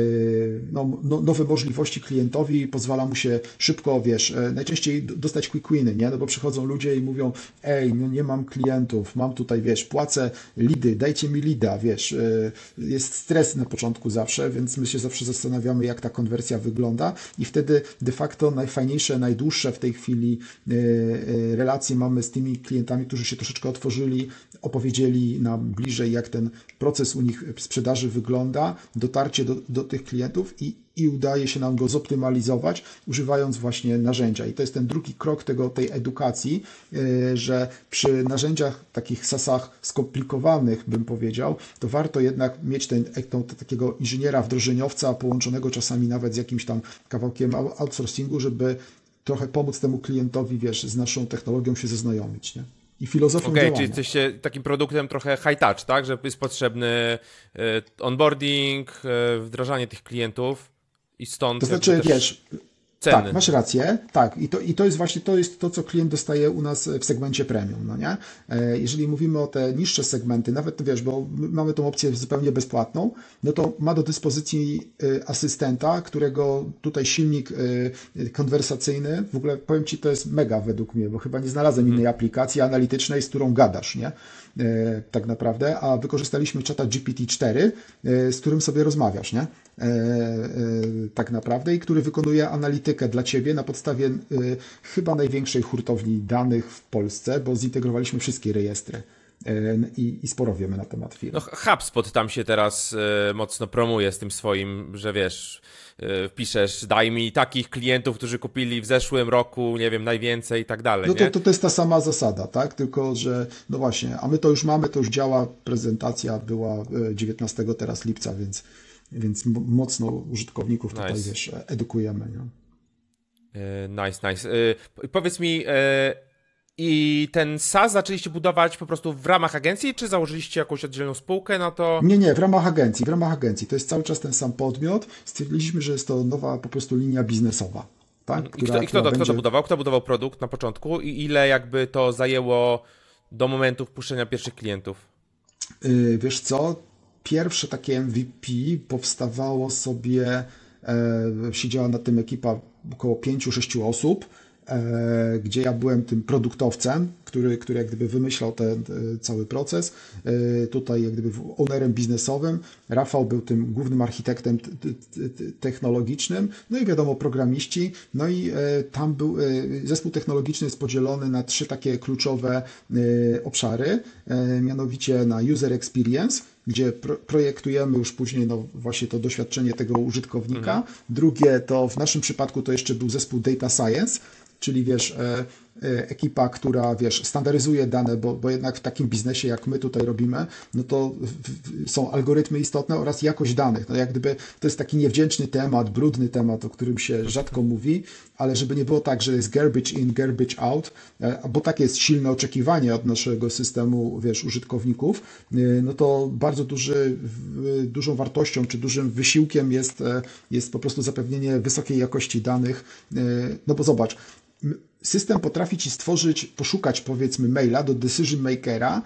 [SPEAKER 2] no, no, nowe możliwości klientowi, pozwala mu się szybko, wiesz, najczęściej dostać quick winy, nie? No bo przychodzą ludzie i mówią, ej, no nie mam klientów, mam tutaj, wiesz, płacę lidy, dajcie mi lida, wiesz, jest stres na początku zawsze, więc my się zawsze zastanawiamy, jak ta konwersja wygląda i wtedy de facto najfajniejsze, najdłuższe w tej chwili relacje mamy z tymi klientami, którzy się troszeczkę otworzyli, opowiedzieli nam bliżej, jak ten proces u nich sprzedaży wygląda, dotarcie do, do tych klientów i, i udaje się nam go zoptymalizować, używając właśnie narzędzia. I to jest ten drugi krok tego, tej edukacji, że przy narzędziach takich sasach skomplikowanych, bym powiedział, to warto jednak mieć ten, tą, takiego inżyniera wdrożeniowca połączonego czasami nawet z jakimś tam kawałkiem outsourcingu, żeby trochę pomóc temu klientowi, wiesz, z naszą technologią się zaznajomić, nie? I filozofią
[SPEAKER 1] Okej,
[SPEAKER 2] działania.
[SPEAKER 1] czyli jesteście takim produktem trochę high touch, tak? Że jest potrzebny onboarding, wdrażanie tych klientów i stąd...
[SPEAKER 2] To znaczy, wiesz...
[SPEAKER 1] Ceny.
[SPEAKER 2] Tak, masz rację, tak. I to, i to jest właśnie to, jest to, co klient dostaje u nas w segmencie premium, no nie? Jeżeli mówimy o te niższe segmenty, nawet wiesz, bo mamy tą opcję zupełnie bezpłatną, no to ma do dyspozycji asystenta, którego tutaj silnik konwersacyjny, w ogóle powiem Ci, to jest mega według mnie, bo chyba nie znalazłem innej aplikacji analitycznej, z którą gadasz, nie? Tak naprawdę, a wykorzystaliśmy czata G P T cztery, z którym sobie rozmawiasz, nie? Tak naprawdę i który wykonuje analitykę dla Ciebie na podstawie chyba największej hurtowni danych w Polsce, bo zintegrowaliśmy wszystkie rejestry i, i sporo wiemy na temat firm.
[SPEAKER 1] No, HubSpot tam się teraz y, mocno promuje z tym swoim, że wiesz, y, piszesz, daj mi takich klientów, którzy kupili w zeszłym roku, nie wiem, najwięcej i tak dalej.
[SPEAKER 2] No to,
[SPEAKER 1] nie?
[SPEAKER 2] to, to jest ta sama zasada, tak? Tylko, że no właśnie, a my to już mamy, to już działa, prezentacja była dziewiętnastego teraz lipca, więc Więc mocno użytkowników tutaj, nice. wiesz, edukujemy. Nie?
[SPEAKER 1] Nice, nice. Powiedz mi, i ten SaaS zaczęliście budować po prostu w ramach agencji, czy założyliście jakąś oddzielną spółkę na to?
[SPEAKER 2] Nie, nie, w ramach agencji, w ramach agencji. To jest cały czas ten sam podmiot. Stwierdziliśmy, że jest to nowa po prostu linia biznesowa. Tak?
[SPEAKER 1] Która, I kto, i kto, to, będzie... kto to budował? Kto budował produkt na początku i ile jakby to zajęło do momentu wpuszczenia pierwszych klientów?
[SPEAKER 2] Yy, wiesz co? Pierwsze takie M V P powstawało sobie, e, siedziała na tym ekipa około pięciu sześciu osób, e, gdzie ja byłem tym produktowcem, który, który jak gdyby wymyślał ten e, cały proces. E, tutaj jak gdyby ownerem biznesowym. Rafał był tym głównym architektem t, t, t, technologicznym, no i wiadomo programiści. No i e, tam był, e, zespół technologiczny jest podzielony na trzy takie kluczowe e, obszary, e, mianowicie na user experience, gdzie pro, projektujemy już później no, właśnie to doświadczenie tego użytkownika. Mhm. Drugie to w naszym przypadku to jeszcze był zespół Data Science, czyli wiesz, e, e, ekipa, która wiesz, standaryzuje dane, bo, bo jednak w takim biznesie jak my tutaj robimy, no to w, w, są algorytmy istotne oraz jakość danych. No jak gdyby to jest taki niewdzięczny temat, brudny temat, o którym się rzadko mówi, ale żeby nie było tak, że jest garbage in, garbage out, e, bo takie jest silne oczekiwanie od naszego systemu, wiesz, użytkowników, e, no to bardzo duży, w, dużą wartością czy dużym wysiłkiem jest, e, jest po prostu zapewnienie wysokiej jakości danych, e, no bo zobacz, system potrafi ci stworzyć, poszukać powiedzmy maila do decision makera,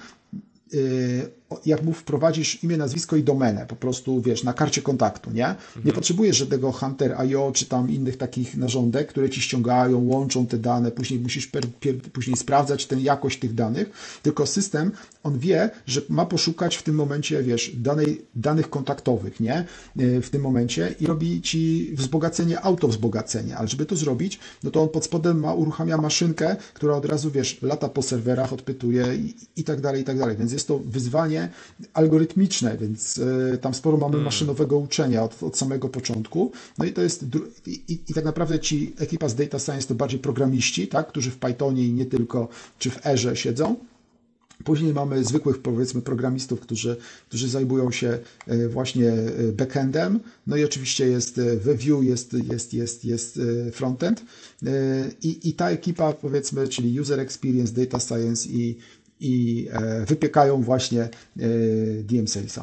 [SPEAKER 2] jak mu wprowadzisz imię, nazwisko i domenę, po prostu, wiesz, na karcie kontaktu, nie? Mhm. Nie potrzebujesz żadnego Hunter kropka i o czy tam innych takich narządek, które ci ściągają, łączą te dane, później musisz per, per, później sprawdzać tę jakość tych danych, tylko system, on wie, że ma poszukać w tym momencie, wiesz, danej, danych kontaktowych, nie? W tym momencie i robi ci wzbogacenie, autowzbogacenie, ale żeby to zrobić, no to on pod spodem ma, uruchamia maszynkę, która od razu, wiesz, lata po serwerach, odpytuje i, i tak dalej, i tak dalej, więc jest to wyzwanie algorytmiczne, więc y, tam sporo mamy hmm. maszynowego uczenia od, od samego początku. No i to jest i, i tak naprawdę ci ekipa z Data Science to bardziej programiści, tak, którzy w Pythonie i nie tylko, czy w Erze siedzą. Później mamy zwykłych, powiedzmy, programistów, którzy, którzy zajmują się właśnie backendem. No i oczywiście jest we Vue, jest, jest, jest, jest frontend. I, i ta ekipa, powiedzmy, czyli user experience, data science i i wypiekają właśnie D M Salesa.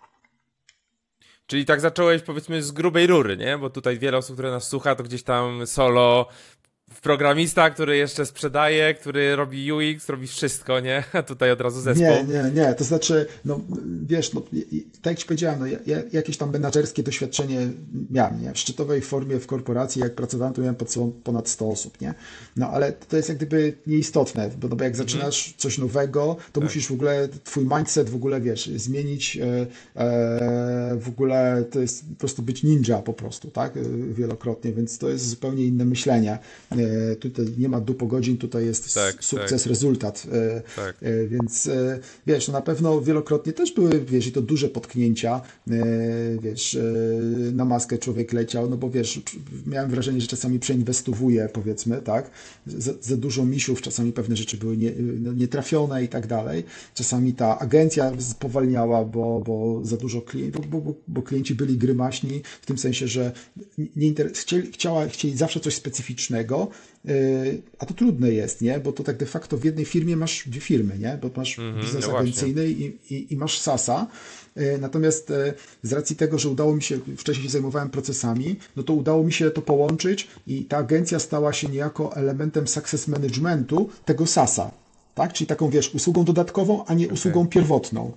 [SPEAKER 1] Czyli tak zacząłeś, powiedzmy, z grubej rury, nie? Bo tutaj wiele osób, które nas słucha, to gdzieś tam solo programista, który jeszcze sprzedaje, który robi U X, robi wszystko, nie? A tutaj od razu zespół.
[SPEAKER 2] Nie, nie, nie. To znaczy, no wiesz, no, tak jak ci powiedziałem, no, ja, jakieś tam menadżerskie doświadczenie miałem, nie? W szczytowej formie w korporacji, jak pracowałem, to miałem pod sobą ponad sto osób, nie? No ale to jest jak gdyby nieistotne, bo, no, bo jak zaczynasz mhm. coś nowego, to tak. musisz w ogóle, twój mindset w ogóle, wiesz, zmienić, e, e, w ogóle to jest po prostu być ninja po prostu, tak? Wielokrotnie, więc to jest zupełnie inne myślenie. Tutaj nie ma dupo godzin, tutaj jest tak, sukces, tak. rezultat. Tak. Więc wiesz, no na pewno wielokrotnie też były, wiesz, i to duże potknięcia, wiesz, na maskę człowiek leciał, no bo wiesz, miałem wrażenie, że czasami przeinwestowuję, powiedzmy, tak, za, za dużo misiów, czasami pewne rzeczy były nie, no, nietrafione i tak dalej. Czasami ta agencja spowalniała, bo, bo za dużo klientów, bo, bo, bo klienci byli grymaśni, w tym sensie, że nie inter- chcieli, chciała, chcieli zawsze coś specyficznego, a to trudne jest, nie? Bo to tak de facto w jednej firmie masz dwie firmy, nie? Bo masz mm-hmm, biznes no agencyjny i, i, i masz SaaS-a. Natomiast z racji tego, że udało mi się, wcześniej się zajmowałem procesami, no to udało mi się to połączyć i ta agencja stała się niejako elementem success managementu tego SaaS-a, tak? Czyli taką, wiesz, usługą dodatkową, a nie okay. usługą pierwotną.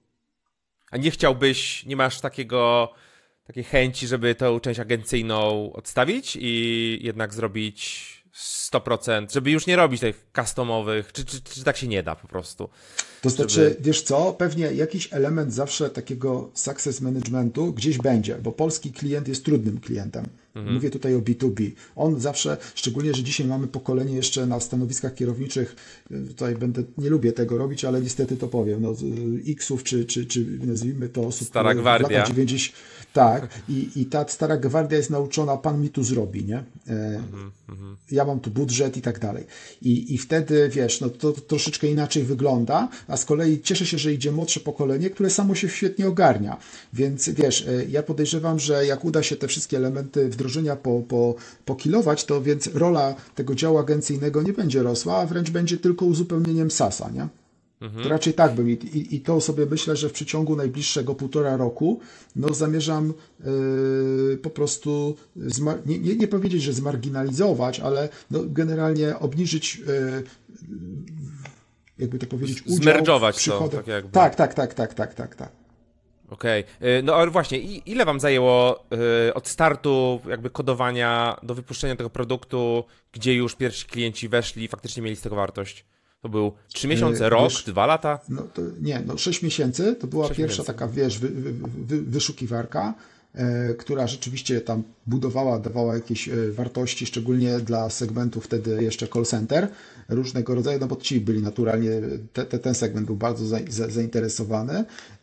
[SPEAKER 1] A nie chciałbyś, nie masz takiego... takiej chęci, żeby tę część agencyjną odstawić i jednak zrobić sto procent, żeby już nie robić tych customowych, czy, czy, czy tak się nie da po prostu?
[SPEAKER 2] To znaczy, żeby... wiesz co, pewnie jakiś element zawsze takiego success managementu gdzieś będzie, bo polski klient jest trudnym klientem. Mhm. Mówię tutaj o B dwa B. On zawsze, szczególnie, że dzisiaj mamy pokolenie jeszcze na stanowiskach kierowniczych, tutaj będę, nie lubię tego robić, ale niestety to powiem, no, X-ów, czy, czy, czy nazwijmy to osób,
[SPEAKER 1] Stara gwardia.
[SPEAKER 2] w latach dziewięćdziesiątych. Tak, i, i ta stara gwardia jest nauczona, pan mi tu zrobi, nie? E, mm-hmm. Ja mam tu budżet i tak dalej. I, i wtedy, wiesz, no to, to troszeczkę inaczej wygląda, a z kolei cieszę się, że idzie młodsze pokolenie, które samo się świetnie ogarnia. Więc wiesz, ja podejrzewam, że jak uda się te wszystkie elementy wdrożenia po, po, pokilować, to więc rola tego działu agencyjnego nie będzie rosła, a wręcz będzie tylko uzupełnieniem SaaS-a, nie? Mhm. To raczej tak bym i, i, i to sobie myślę, że w przeciągu najbliższego półtora roku no zamierzam yy, po prostu zma- nie, nie, nie powiedzieć, że zmarginalizować, ale no generalnie obniżyć yy, jakby to powiedzieć udział
[SPEAKER 1] Zmerdżować
[SPEAKER 2] w przychodach.
[SPEAKER 1] To, tak jakby.
[SPEAKER 2] Tak, tak, tak, tak, tak, tak, tak.
[SPEAKER 1] Okej, okay. No ale właśnie, ile wam zajęło yy, od startu jakby kodowania do wypuszczenia tego produktu, gdzie już pierwsi klienci weszli i faktycznie mieli z tego wartość? To był trzy miesiące, yy, rok, wiesz, dwa lata?
[SPEAKER 2] No to nie, no sześć miesięcy to była pierwsza miesięcy. taka, wiesz, wy, wy, wy, wyszukiwarka, e, która rzeczywiście tam budowała, dawała jakieś e, wartości, szczególnie dla segmentu wtedy jeszcze call center różnego rodzaju, no bo ci byli naturalnie, te, te, ten segment był bardzo za, za, zainteresowany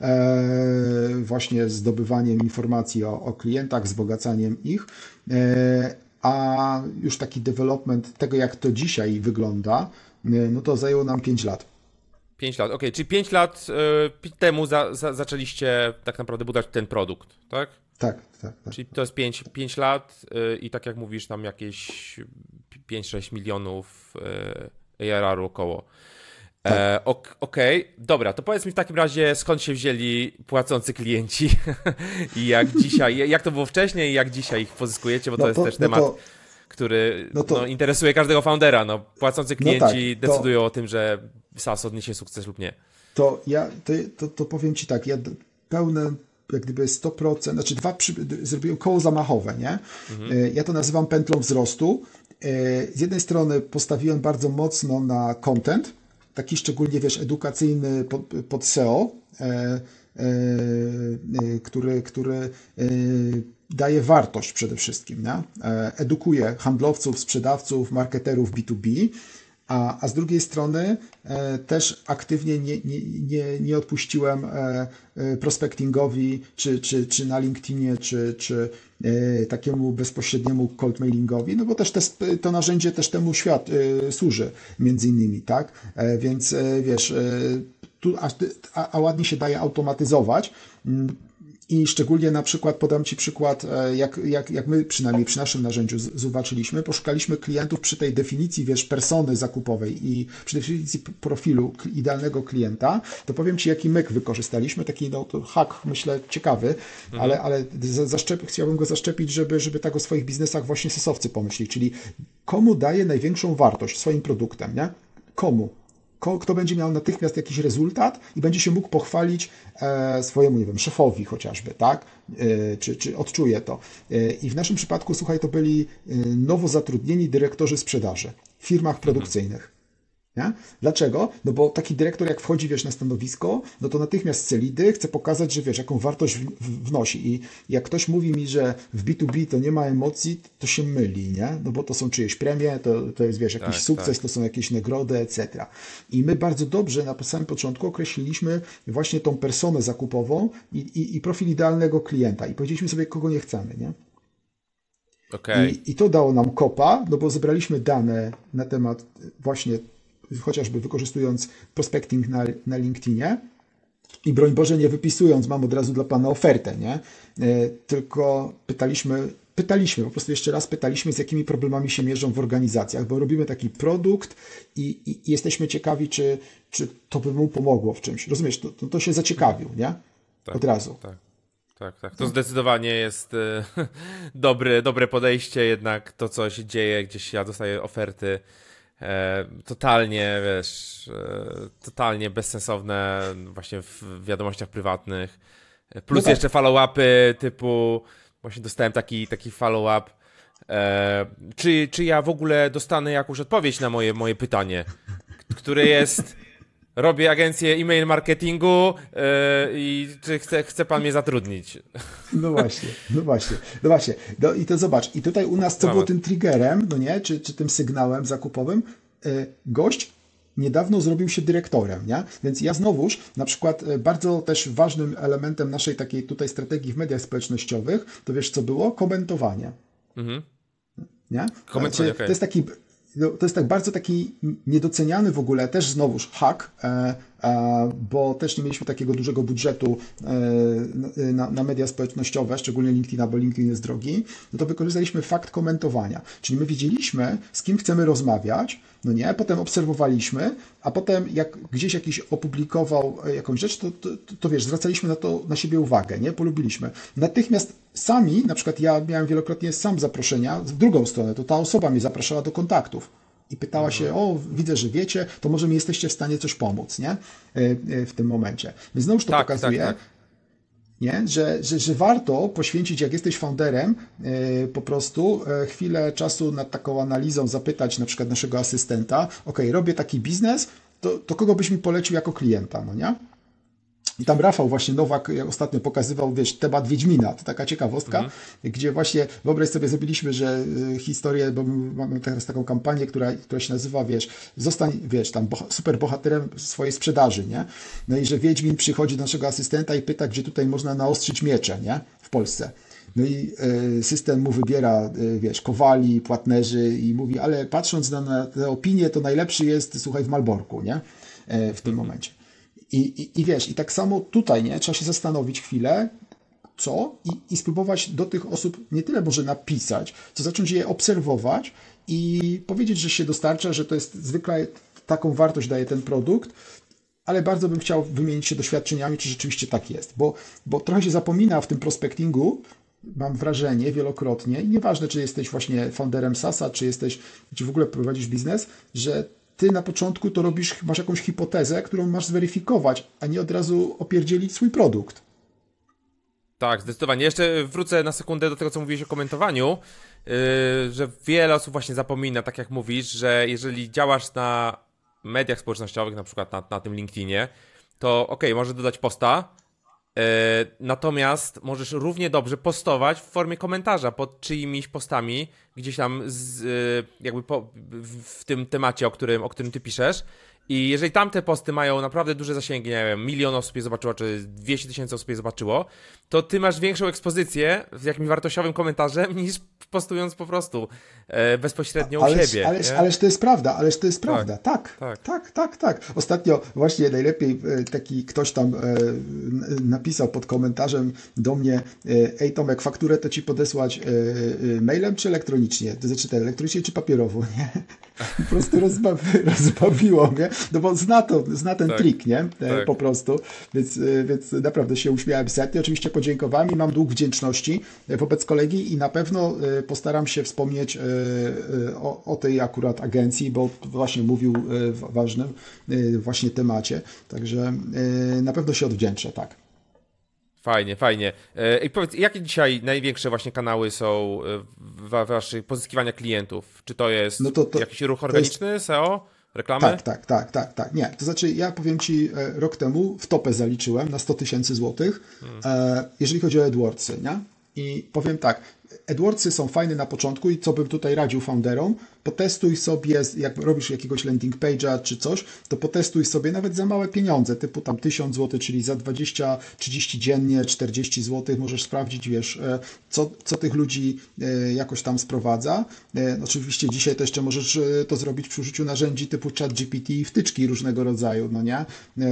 [SPEAKER 2] e, właśnie zdobywaniem informacji o, o klientach, wzbogacaniem ich, e, a już taki development tego, jak to dzisiaj wygląda, no to zajęło nam pięć lat.
[SPEAKER 1] pięć lat, okej, okay. Czyli pięć lat y, temu za, za, zaczęliście tak naprawdę budować ten produkt, tak?
[SPEAKER 2] Tak, tak. tak.
[SPEAKER 1] Czyli to jest pięć lat y, i tak jak mówisz, tam jakieś pięć sześć milionów y, A R R około. Tak. E, ok, Okej, okay. Dobra, to powiedz mi w takim razie, skąd się wzięli płacący klienci i jak dzisiaj, jak to było wcześniej i jak dzisiaj ich pozyskujecie, bo to no jest to, też no temat... To... który
[SPEAKER 2] no to,
[SPEAKER 1] no, interesuje każdego foundera. No, płacący klienci
[SPEAKER 2] no tak,
[SPEAKER 1] decydują
[SPEAKER 2] to,
[SPEAKER 1] o tym, że SaaS odniesie sukces lub nie.
[SPEAKER 2] To ja to, to, to powiem Ci tak, ja pełne jak gdyby sto procent, znaczy dwa przy, zrobiłem koło zamachowe, nie? Mhm. Ja to nazywam pętlą wzrostu. Z jednej strony postawiłem bardzo mocno na content, taki szczególnie, wiesz, edukacyjny pod, pod S E O, e, e, który, który e, daje wartość przede wszystkim, nie? E, edukuje handlowców, sprzedawców, marketerów B dwa B, a, a z drugiej strony e, też aktywnie nie, nie, nie, nie odpuściłem e, e, prospectingowi, czy, czy, czy na LinkedInie, czy, czy e, takiemu bezpośredniemu cold mailingowi, no bo też te, to narzędzie też temu świat e, służy, między innymi, tak? E, więc e, wiesz, e, tu, a, a, a ładnie się daje automatyzować. I szczególnie na przykład, podam Ci przykład, jak, jak, jak my przynajmniej przy naszym narzędziu z, zobaczyliśmy, poszukaliśmy klientów przy tej definicji, wiesz, persony zakupowej i przy definicji profilu idealnego klienta, to powiem Ci, jaki myk wykorzystaliśmy, taki no, to hack, myślę, ciekawy, mhm. ale, ale zaszczep, chciałbym go zaszczepić, żeby, żeby tak o swoich biznesach właśnie sesowcy pomyśleli, czyli komu daje największą wartość swoim produktem, nie? Komu? Kto będzie miał natychmiast jakiś rezultat i będzie się mógł pochwalić e, swojemu, nie wiem, szefowi chociażby, tak? E, czy, czy odczuje to. E, I w naszym przypadku, słuchaj, to byli e, nowo zatrudnieni dyrektorzy sprzedaży w firmach produkcyjnych. Nie? Dlaczego? No bo taki dyrektor, jak wchodzi, wiesz, na stanowisko, no to natychmiast chce lidy, chce pokazać, że wiesz, jaką wartość w, w, wnosi. I jak ktoś mówi mi, że w B dwa B to nie ma emocji, to się myli, nie? No bo to są czyjeś premie, to, to jest, wiesz, jakiś
[SPEAKER 1] tak,
[SPEAKER 2] sukces,
[SPEAKER 1] tak.
[SPEAKER 2] to są jakieś nagrody, et cetera. I my bardzo dobrze na samym początku określiliśmy właśnie tą personę zakupową i, i, i profil idealnego klienta. I powiedzieliśmy sobie, kogo nie chcemy, nie?
[SPEAKER 1] Okay.
[SPEAKER 2] I, I to dało nam kopa, no bo zebraliśmy dane na temat właśnie chociażby wykorzystując prospecting na, na LinkedInie i broń Boże nie wypisując, mam od razu dla Pana ofertę, nie? E, tylko pytaliśmy, pytaliśmy, po prostu jeszcze raz pytaliśmy, z jakimi problemami się mierzą w organizacjach, bo robimy taki produkt i, i, i jesteśmy ciekawi, czy, czy to by mu pomogło w czymś. Rozumiesz, to, to, to się zaciekawił, nie?
[SPEAKER 1] Tak,
[SPEAKER 2] od razu.
[SPEAKER 1] Tak. Tak, tak. To zdecydowanie jest y, dobre, dobre podejście, jednak to, co się dzieje, gdzieś ja dostaję oferty e, totalnie, wiesz, e, totalnie bezsensowne właśnie w wiadomościach prywatnych. Plus no tak. jeszcze follow-upy typu, właśnie dostałem taki, taki follow-up, e, czy, czy ja w ogóle dostanę jakąś odpowiedź na moje, moje pytanie, które jest... Robię agencję e-mail marketingu yy, i czy chce, chce pan mnie zatrudnić?
[SPEAKER 2] No właśnie, no właśnie, no właśnie. No i to zobacz, i tutaj u nas co było tym triggerem, no nie, czy, czy tym sygnałem zakupowym, yy, gość niedawno zrobił się dyrektorem, nie? Więc ja znowuż, na przykład bardzo też ważnym elementem naszej takiej tutaj strategii w mediach społecznościowych, to wiesz co było? Komentowanie. Mhm. Nie?
[SPEAKER 1] Komentowanie,
[SPEAKER 2] okay. To jest taki... To jest tak bardzo taki niedoceniany w ogóle, też znowuż hack, e, e, bo też nie mieliśmy takiego dużego budżetu e, na, na media społecznościowe, szczególnie LinkedIna, bo LinkedIn jest drogi, no to wykorzystaliśmy fakt komentowania. Czyli my wiedzieliśmy, z kim chcemy rozmawiać, no nie, potem obserwowaliśmy, a potem jak gdzieś jakiś opublikował jakąś rzecz, to, to, to, to wiesz, zwracaliśmy na to na siebie uwagę, nie, polubiliśmy. Natychmiast sami, na przykład ja miałem wielokrotnie sam zaproszenia w drugą stronę, to ta osoba mnie zapraszała do kontaktów i pytała mhm. się, o, widzę, że wiecie, to może mi jesteście w stanie coś pomóc, nie, w tym momencie. Więc znowuż to tak, pokazuje, tak, tak. Nie? Że, że, że warto poświęcić, jak jesteś founderem, yy, po prostu yy, chwilę czasu nad taką analizą, zapytać na przykład naszego asystenta, ok, robię taki biznes, to, to kogo byś mi polecił jako klienta, no nie? I tam Rafał właśnie Nowak ostatnio pokazywał, wiesz, temat Wiedźmina, to taka ciekawostka, mhm. gdzie właśnie, wyobraź sobie, zrobiliśmy, że y, historię, bo mamy teraz taką kampanię, która, która się nazywa, wiesz, zostań, wiesz, tam boha, super bohaterem swojej sprzedaży, nie? No i że Wiedźmin przychodzi do naszego asystenta i pyta, gdzie tutaj można naostrzyć miecze, nie? W Polsce. No i y, system mu wybiera, y, wiesz, kowali, płatnerzy i mówi, ale patrząc na, na te opinie, to najlepszy jest, słuchaj, w Malborku, nie? Y, w tym mhm. momencie. I, i, I wiesz, i tak samo tutaj, nie? Trzeba się zastanowić chwilę, co? I, i spróbować do tych osób nie tyle może napisać, co zacząć je obserwować i powiedzieć, że się dostarcza, że to jest zwykle taką wartość daje ten produkt, ale bardzo bym chciał wymienić się doświadczeniami, czy rzeczywiście tak jest, bo, bo trochę się zapomina w tym prospectingu, mam wrażenie wielokrotnie, i nieważne, czy jesteś właśnie founderem SaaSa, czy jesteś, czy w ogóle prowadzisz biznes, że ty na początku to robisz, masz jakąś hipotezę, którą masz zweryfikować, a nie od razu opierdzielić swój produkt.
[SPEAKER 1] Tak, zdecydowanie. Jeszcze wrócę na sekundę do tego, co mówiłeś o komentowaniu, yy, że wiele osób właśnie zapomina, tak jak mówisz, że jeżeli działasz na mediach społecznościowych, na przykład na, na tym LinkedInie, to okej, okay, możesz dodać posta, yy, natomiast możesz równie dobrze postować w formie komentarza pod czyimiś postami, gdzieś tam z, yy, jakby po, w, w tym temacie, o którym, o którym ty piszesz. I jeżeli tamte posty mają naprawdę duże zasięgi, nie wiem, milion osób je zobaczyło, czy dwieście tysięcy osób je zobaczyło, to ty masz większą ekspozycję z jakimś wartościowym komentarzem niż postując po prostu e, bezpośrednio u
[SPEAKER 2] ależ,
[SPEAKER 1] siebie.
[SPEAKER 2] Ależ, ależ to jest prawda, ależ to jest
[SPEAKER 1] tak,
[SPEAKER 2] prawda, tak,
[SPEAKER 1] tak,
[SPEAKER 2] tak, tak, tak. Ostatnio właśnie najlepiej taki ktoś tam e, napisał pod komentarzem do mnie: ej Tomek, fakturę to ci podesłać e, e, mailem czy elektronicznie? To znaczy ten, elektronicznie czy papierowo, nie? Po prostu rozbawi, rozbawiło mnie, no bo zna to, zna ten
[SPEAKER 1] tak,
[SPEAKER 2] trik, nie? E,
[SPEAKER 1] tak.
[SPEAKER 2] Po prostu, więc, e, więc naprawdę się uśmiałem setnie. Oczywiście podziękowałem i mam dług wdzięczności wobec kolegi i na pewno e, postaram się wspomnieć e, e, o, o tej akurat agencji, bo właśnie mówił e, w ważnym e, właśnie temacie, także e, na pewno się odwdzięczę, tak.
[SPEAKER 1] Fajnie, fajnie. I powiedz, jakie dzisiaj największe właśnie kanały są w waszych pozyskiwania klientów? Czy to jest no to, to, jakiś ruch organiczny, jest... S E O, reklamy?
[SPEAKER 2] Tak, tak, tak, tak, tak. Nie, to znaczy ja powiem Ci, rok temu w topę zaliczyłem na sto tysięcy złotych, hmm. jeżeli chodzi o AdWordsy, nie? I powiem tak, AdWordsy są fajne na początku i co bym tutaj radził founderom, potestuj sobie, jak robisz jakiegoś landing page'a czy coś, to potestuj sobie nawet za małe pieniądze, typu tam tysiąc złotych, czyli za dwadzieścia trzydzieści dziennie, czterdzieści złotych możesz sprawdzić, wiesz, co, co tych ludzi jakoś tam sprowadza. Oczywiście dzisiaj to jeszcze możesz to zrobić przy użyciu narzędzi typu ChatGPT i wtyczki różnego rodzaju, no nie?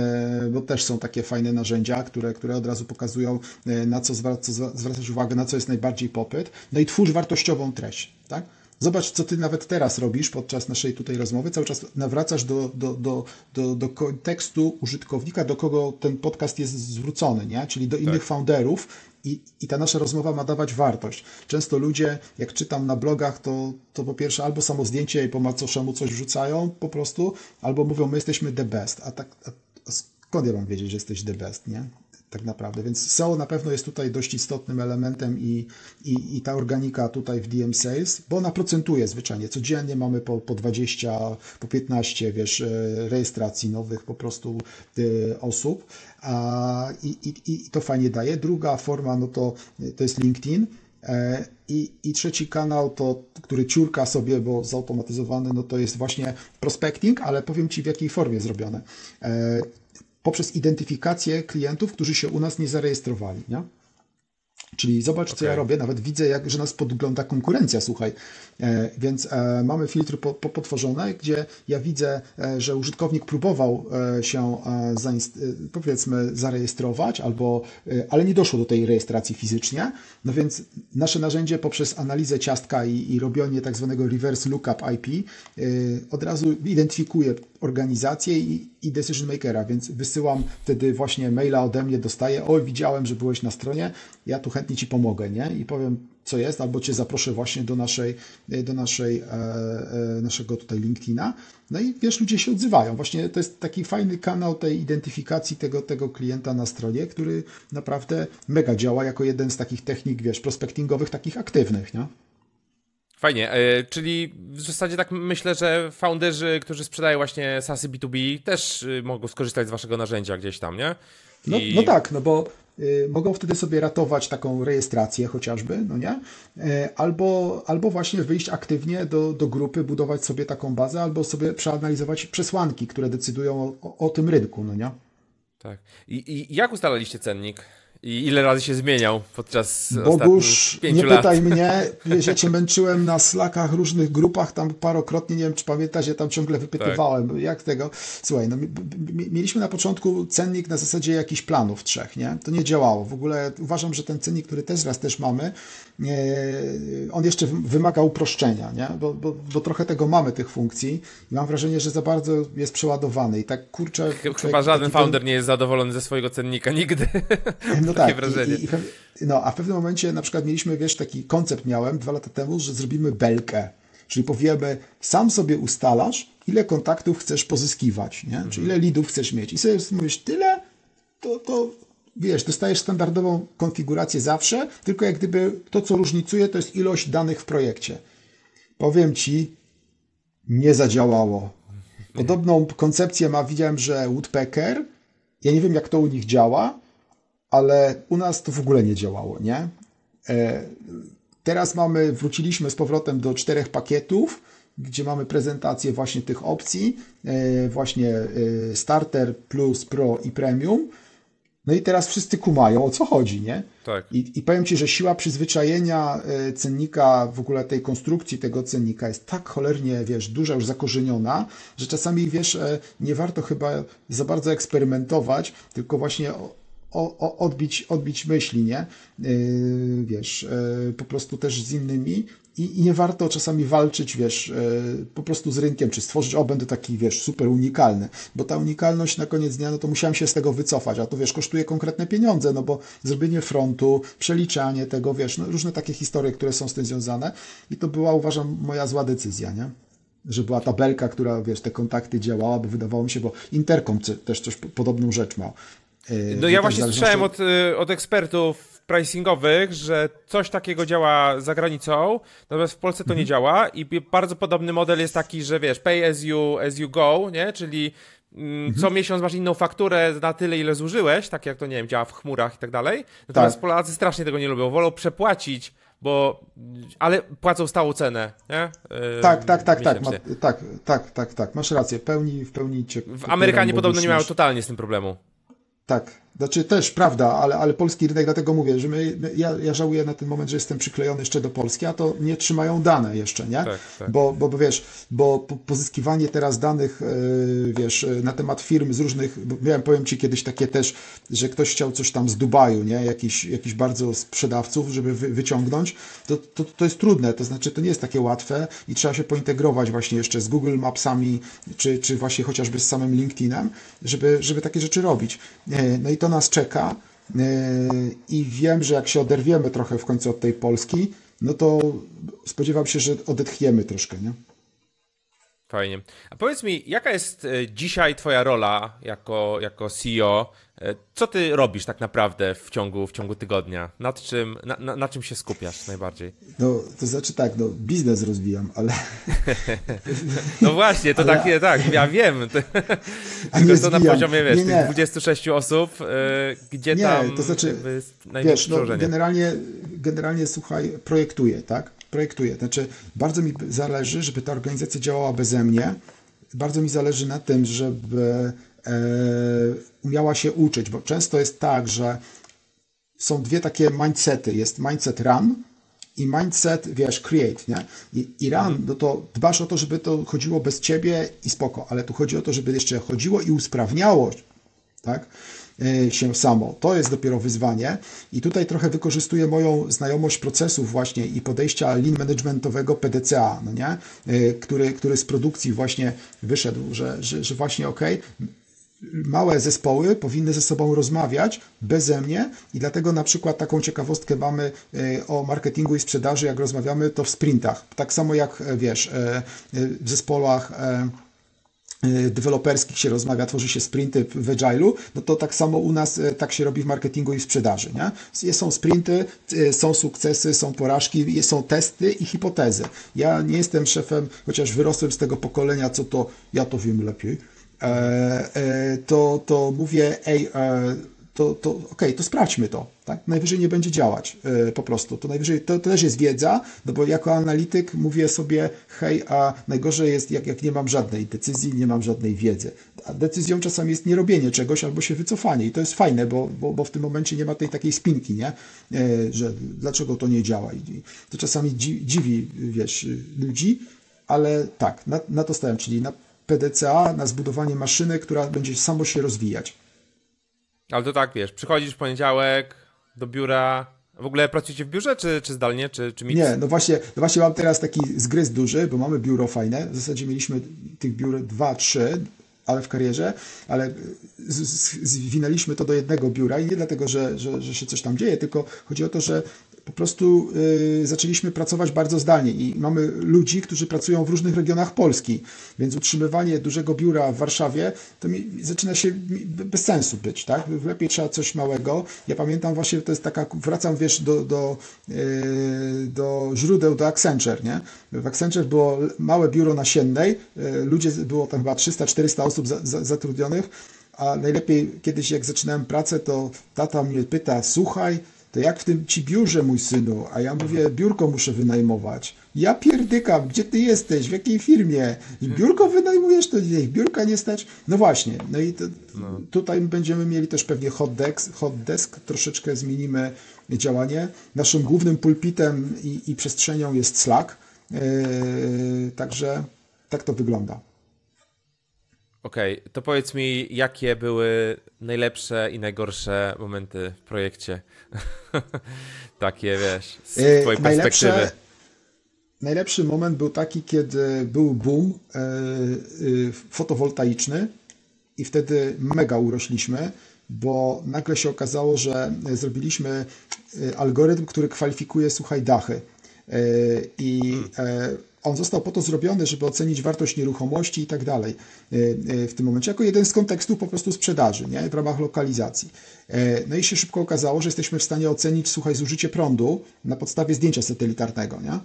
[SPEAKER 2] Bo też są takie fajne narzędzia, które, które od razu pokazują, na co, zwra- co zwracać uwagę, na co jest najbardziej popyt. No i twórz wartościową treść, tak? Zobacz, co ty nawet teraz robisz podczas naszej tutaj rozmowy. Cały czas nawracasz do, do, do, do, do kontekstu użytkownika, do kogo ten podcast jest zwrócony, nie? Czyli do innych tak. founderów i, i ta nasza rozmowa ma dawać wartość. Często ludzie, jak czytam na blogach, to, to po pierwsze albo samo zdjęcie i po macoszemu coś wrzucają po prostu, albo mówią, my jesteśmy the best. A tak, a skąd ja mam wiedzieć, że jesteś the best, nie? Tak naprawdę, więc S E O na pewno jest tutaj dość istotnym elementem i, i, i ta organika tutaj w D M Sales, bo ona procentuje zwyczajnie. Codziennie mamy po, po dwadzieścia, po piętnaście, wiesz, rejestracji nowych po prostu y, osób a, i, i, i to fajnie daje. Druga forma, no to, to jest LinkedIn. I, I trzeci kanał, to, który ciurka sobie, bo zautomatyzowany, no to jest właśnie prospecting, ale powiem Ci w jakiej formie zrobione. Poprzez identyfikację klientów, którzy się u nas nie zarejestrowali, nie? Czyli zobacz, okay. co ja robię, nawet widzę, jak, że nas podgląda konkurencja, słuchaj. E, więc e, mamy filtry po, po, potworzone, gdzie ja widzę, e, że użytkownik próbował e, się e, zainst- e, powiedzmy zarejestrować, albo, e, ale nie doszło do tej rejestracji fizycznie. No więc nasze narzędzie poprzez analizę ciastka i, i robienie tak zwanego reverse lookup I P e, od razu identyfikuje organizację i, i decision makera, więc wysyłam wtedy właśnie maila ode mnie, dostaję, oj, widziałem, że byłeś na stronie, ja tu chętnie Ci pomogę, nie? I powiem, co jest, albo Cię zaproszę właśnie do naszej, do naszej, e, e, naszego tutaj LinkedIna. No i wiesz, ludzie się odzywają. Właśnie to jest taki fajny kanał tej identyfikacji tego, tego klienta na stronie, który naprawdę mega działa jako jeden z takich technik, wiesz, prospectingowych, takich aktywnych, nie?
[SPEAKER 1] Fajnie, yy, czyli w zasadzie tak myślę, że founderzy, którzy sprzedają właśnie SaaSy B dwa B też yy, mogą skorzystać z waszego narzędzia gdzieś tam, nie? I...
[SPEAKER 2] No, no tak, no bo y, mogą wtedy sobie ratować taką rejestrację chociażby, no nie? Y, albo, albo właśnie wyjść aktywnie do, do grupy, budować sobie taką bazę, albo sobie przeanalizować przesłanki, które decydują o, o tym rynku, no nie?
[SPEAKER 1] Tak. I, i jak ustalaliście cennik? I ile razy się zmieniał podczas
[SPEAKER 2] Bogusz,
[SPEAKER 1] ostatnich pięciu lat?
[SPEAKER 2] Nie pytaj mnie, wiesz, ja Cię męczyłem na Slackach, różnych grupach, tam parokrotnie, nie wiem, czy pamiętasz, ja tam ciągle wypytywałem, tak. jak tego, słuchaj, no, mieliśmy na początku cennik na zasadzie jakichś planów trzech, nie? To nie działało, w ogóle uważam, że ten cennik, który teraz też mamy, on jeszcze wymaga uproszczenia, nie? Bo, bo, bo trochę tego mamy, tych funkcji i mam wrażenie, że za bardzo jest przeładowany i tak kurczę...
[SPEAKER 1] Chyba żaden founder ten... nie jest zadowolony ze swojego cennika nigdy.
[SPEAKER 2] No no
[SPEAKER 1] takie
[SPEAKER 2] tak,
[SPEAKER 1] wrażenie.
[SPEAKER 2] I, i, no, a w pewnym momencie na przykład mieliśmy, wiesz, taki koncept miałem dwa lata temu, że zrobimy belkę. Czyli powiemy, sam sobie ustalasz, ile kontaktów chcesz pozyskiwać, nie? Mhm. Czyli ile leadów chcesz mieć. I sobie mówisz, tyle, to, to wiesz, dostajesz standardową konfigurację zawsze, tylko jak gdyby to, co różnicuje, to jest ilość danych w projekcie. Powiem ci, nie zadziałało. Podobną koncepcję ma, widziałem, że Woodpecker, ja nie wiem, jak to u nich działa, ale u nas to w ogóle nie działało, nie? E, teraz mamy, wróciliśmy z powrotem do czterech pakietów, gdzie mamy prezentację właśnie tych opcji, e, właśnie e, Starter, Plus, Pro i Premium. No i teraz wszyscy kumają, o co chodzi, nie?
[SPEAKER 1] Tak.
[SPEAKER 2] I, I powiem ci, że siła przyzwyczajenia cennika, w ogóle tej konstrukcji tego cennika jest tak cholernie, wiesz, duża, już zakorzeniona, że czasami, wiesz, nie warto chyba za bardzo eksperymentować, tylko właśnie o, o, odbić, odbić myśli, nie? Yy, wiesz, yy, po prostu też z innymi. I, I nie warto czasami walczyć, wiesz, yy, po prostu z rynkiem, czy stworzyć, o, będę taki, wiesz, super unikalny, bo ta unikalność na koniec dnia, no to musiałem się z tego wycofać, a to, wiesz, kosztuje konkretne pieniądze, no bo zrobienie frontu, przeliczanie tego, wiesz, no, różne takie historie, które są z tym związane i to była, uważam, moja zła decyzja, nie? Że była tabelka, która, wiesz, te kontakty działała, bo wydawało mi się, bo Intercom też coś, podobną rzecz ma.
[SPEAKER 1] Yy, no ja właśnie słyszałem od, od ekspertów pricingowych, że coś takiego działa za granicą, natomiast w Polsce to mhm. nie działa i bardzo podobny model jest taki, że wiesz, pay as you, as you go, nie? Czyli mm, mhm. co miesiąc masz inną fakturę na tyle, ile zużyłeś, tak jak to, nie wiem, działa w chmurach i tak dalej. Natomiast tak. Polacy strasznie tego nie lubią, wolą przepłacić, bo, ale płacą stałą cenę, nie? Yy,
[SPEAKER 2] tak, tak, tak, tak, ma, tak, tak, tak, tak, masz rację, pełni, w pełni cię...
[SPEAKER 1] W Amerykanie podobno nie mają totalnie z tym problemu.
[SPEAKER 2] Tak, znaczy też prawda, ale, ale polski rynek, dlatego mówię, że my, my, ja, ja żałuję na ten moment, że jestem przyklejony jeszcze do Polski, a to nie trzymają dane jeszcze, nie?
[SPEAKER 1] Tak, tak.
[SPEAKER 2] Bo, bo, bo wiesz, bo pozyskiwanie teraz danych, yy, wiesz, na temat firm z różnych, bo miałem, powiem Ci kiedyś takie też, że ktoś chciał coś tam z Dubaju, nie? Jakiś, jakiś bardzo sprzedawców, żeby wy, wyciągnąć, to, to, to jest trudne, to znaczy to nie jest takie łatwe i trzeba się pointegrować właśnie jeszcze z Google Mapsami, czy, czy właśnie chociażby z samym LinkedInem, żeby, żeby takie rzeczy robić. No i to nas czeka i wiem, że jak się oderwiemy trochę w końcu od tej Polski, no to spodziewam się, że odetchniemy troszkę, nie?
[SPEAKER 1] Fajnie. A powiedz mi, jaka jest dzisiaj twoja rola jako, jako C E O? Co ty robisz tak naprawdę w ciągu, w ciągu tygodnia? Nad czym, na, na, na czym się skupiasz najbardziej?
[SPEAKER 2] No, to znaczy tak, no, biznes rozwijam, ale...
[SPEAKER 1] No właśnie, to ale... takie, tak, ja wiem. Tylko to na poziomie, wiesz, nie, nie. tych dwudziestu sześciu osób, yy, gdzie
[SPEAKER 2] nie,
[SPEAKER 1] tam
[SPEAKER 2] to znaczy, wiesz, no, generalnie, generalnie, słuchaj, projektuję, tak? Projektuję. Znaczy, bardzo mi zależy, żeby ta organizacja działała beze mnie. Bardzo mi zależy na tym, żeby e, umiała się uczyć, bo często jest tak, że są dwie takie mindsety. Jest mindset run i mindset, wiesz, create, nie? I, i run, no to dbasz o to, żeby to chodziło bez ciebie i spoko, ale tu chodzi o to, żeby jeszcze chodziło i usprawniało, tak? się samo. To jest dopiero wyzwanie i tutaj trochę wykorzystuję moją znajomość procesów właśnie i podejścia lean managementowego P D C A, no nie? Który, który z produkcji właśnie wyszedł, że, że, że właśnie okej, okay, małe zespoły powinny ze sobą rozmawiać beze mnie i dlatego na przykład taką ciekawostkę mamy o marketingu i sprzedaży, jak rozmawiamy to w sprintach. Tak samo jak wiesz, w zespołach deweloperskich się rozmawia, tworzy się sprinty w Agile'u, no to tak samo u nas tak się robi w marketingu i w sprzedaży, nie? Są sprinty, są sukcesy, są porażki, są testy i hipotezy. Ja nie jestem szefem, chociaż wyrosłem z tego pokolenia, co to, ja to wiem lepiej, to, to mówię, ej, to, to okej, okay, to sprawdźmy to, tak? Najwyżej nie będzie działać yy, po prostu. To najwyżej, to, to też jest wiedza, no bo jako analityk mówię sobie, hej, a najgorzej jest, jak, jak nie mam żadnej decyzji, nie mam żadnej wiedzy. A decyzją czasami jest nie robienie czegoś albo się wycofanie i to jest fajne, bo, bo, bo w tym momencie nie ma tej takiej spinki, nie? Yy, że dlaczego to nie działa. I to czasami dzi, dziwi, wiesz, ludzi, ale tak, na, na to stałem, czyli na P D C A, na zbudowanie maszyny, która będzie samo się rozwijać.
[SPEAKER 1] Ale to tak, wiesz, przychodzisz w poniedziałek do biura, w ogóle pracujecie w biurze, czy, czy zdalnie, czy, czy mix?
[SPEAKER 2] Nie, no właśnie, no właśnie mam teraz taki zgryz duży, bo mamy biuro fajne, w zasadzie mieliśmy tych biur dwa, trzy, ale w karierze, ale z, z, zwinęliśmy to do jednego biura i nie dlatego, że, że, że się coś tam dzieje, tylko chodzi o to, że po prostu y, zaczęliśmy pracować bardzo zdalnie i mamy ludzi, którzy pracują w różnych regionach Polski, więc utrzymywanie dużego biura w Warszawie to mi, zaczyna się bez sensu być, tak? Lepiej trzeba coś małego. Ja pamiętam właśnie, to jest taka, wracam wiesz do, do, y, do źródeł, do Accenture, nie? W Accenture było małe biuro na Siennej, y, ludzie, było tam chyba trzysta czterysta osób za, za, zatrudnionych, a najlepiej kiedyś jak zaczynałem pracę, to tata mnie pyta, słuchaj, to jak w tym ci biurze, mój synu? A ja mówię, biurko muszę wynajmować. Ja pierdykam, gdzie ty jesteś? W jakiej firmie? Biurko wynajmujesz? To niech biurka nie stać? No właśnie. No i to, no. Tutaj będziemy mieli też pewnie hot desk, hot desk, troszeczkę zmienimy działanie. Naszym głównym pulpitem i, i przestrzenią jest Slack. Yy, także tak to wygląda.
[SPEAKER 1] Okej, okay, to powiedz mi, jakie były najlepsze i najgorsze momenty w projekcie? Takie, wiesz, z twojej
[SPEAKER 2] Najlepsze,
[SPEAKER 1] perspektywy.
[SPEAKER 2] Najlepszy moment był taki, kiedy był boom e, e, fotowoltaiczny i wtedy mega urośliśmy, bo nagle się okazało, że zrobiliśmy algorytm, który kwalifikuje, słuchaj, dachy. E, I e, on został po to zrobiony, żeby ocenić wartość nieruchomości i tak dalej w tym momencie, jako jeden z kontekstów po prostu sprzedaży, nie? W ramach lokalizacji. No i się szybko okazało, że jesteśmy w stanie ocenić, słuchaj, zużycie prądu na podstawie zdjęcia satelitarnego, nie?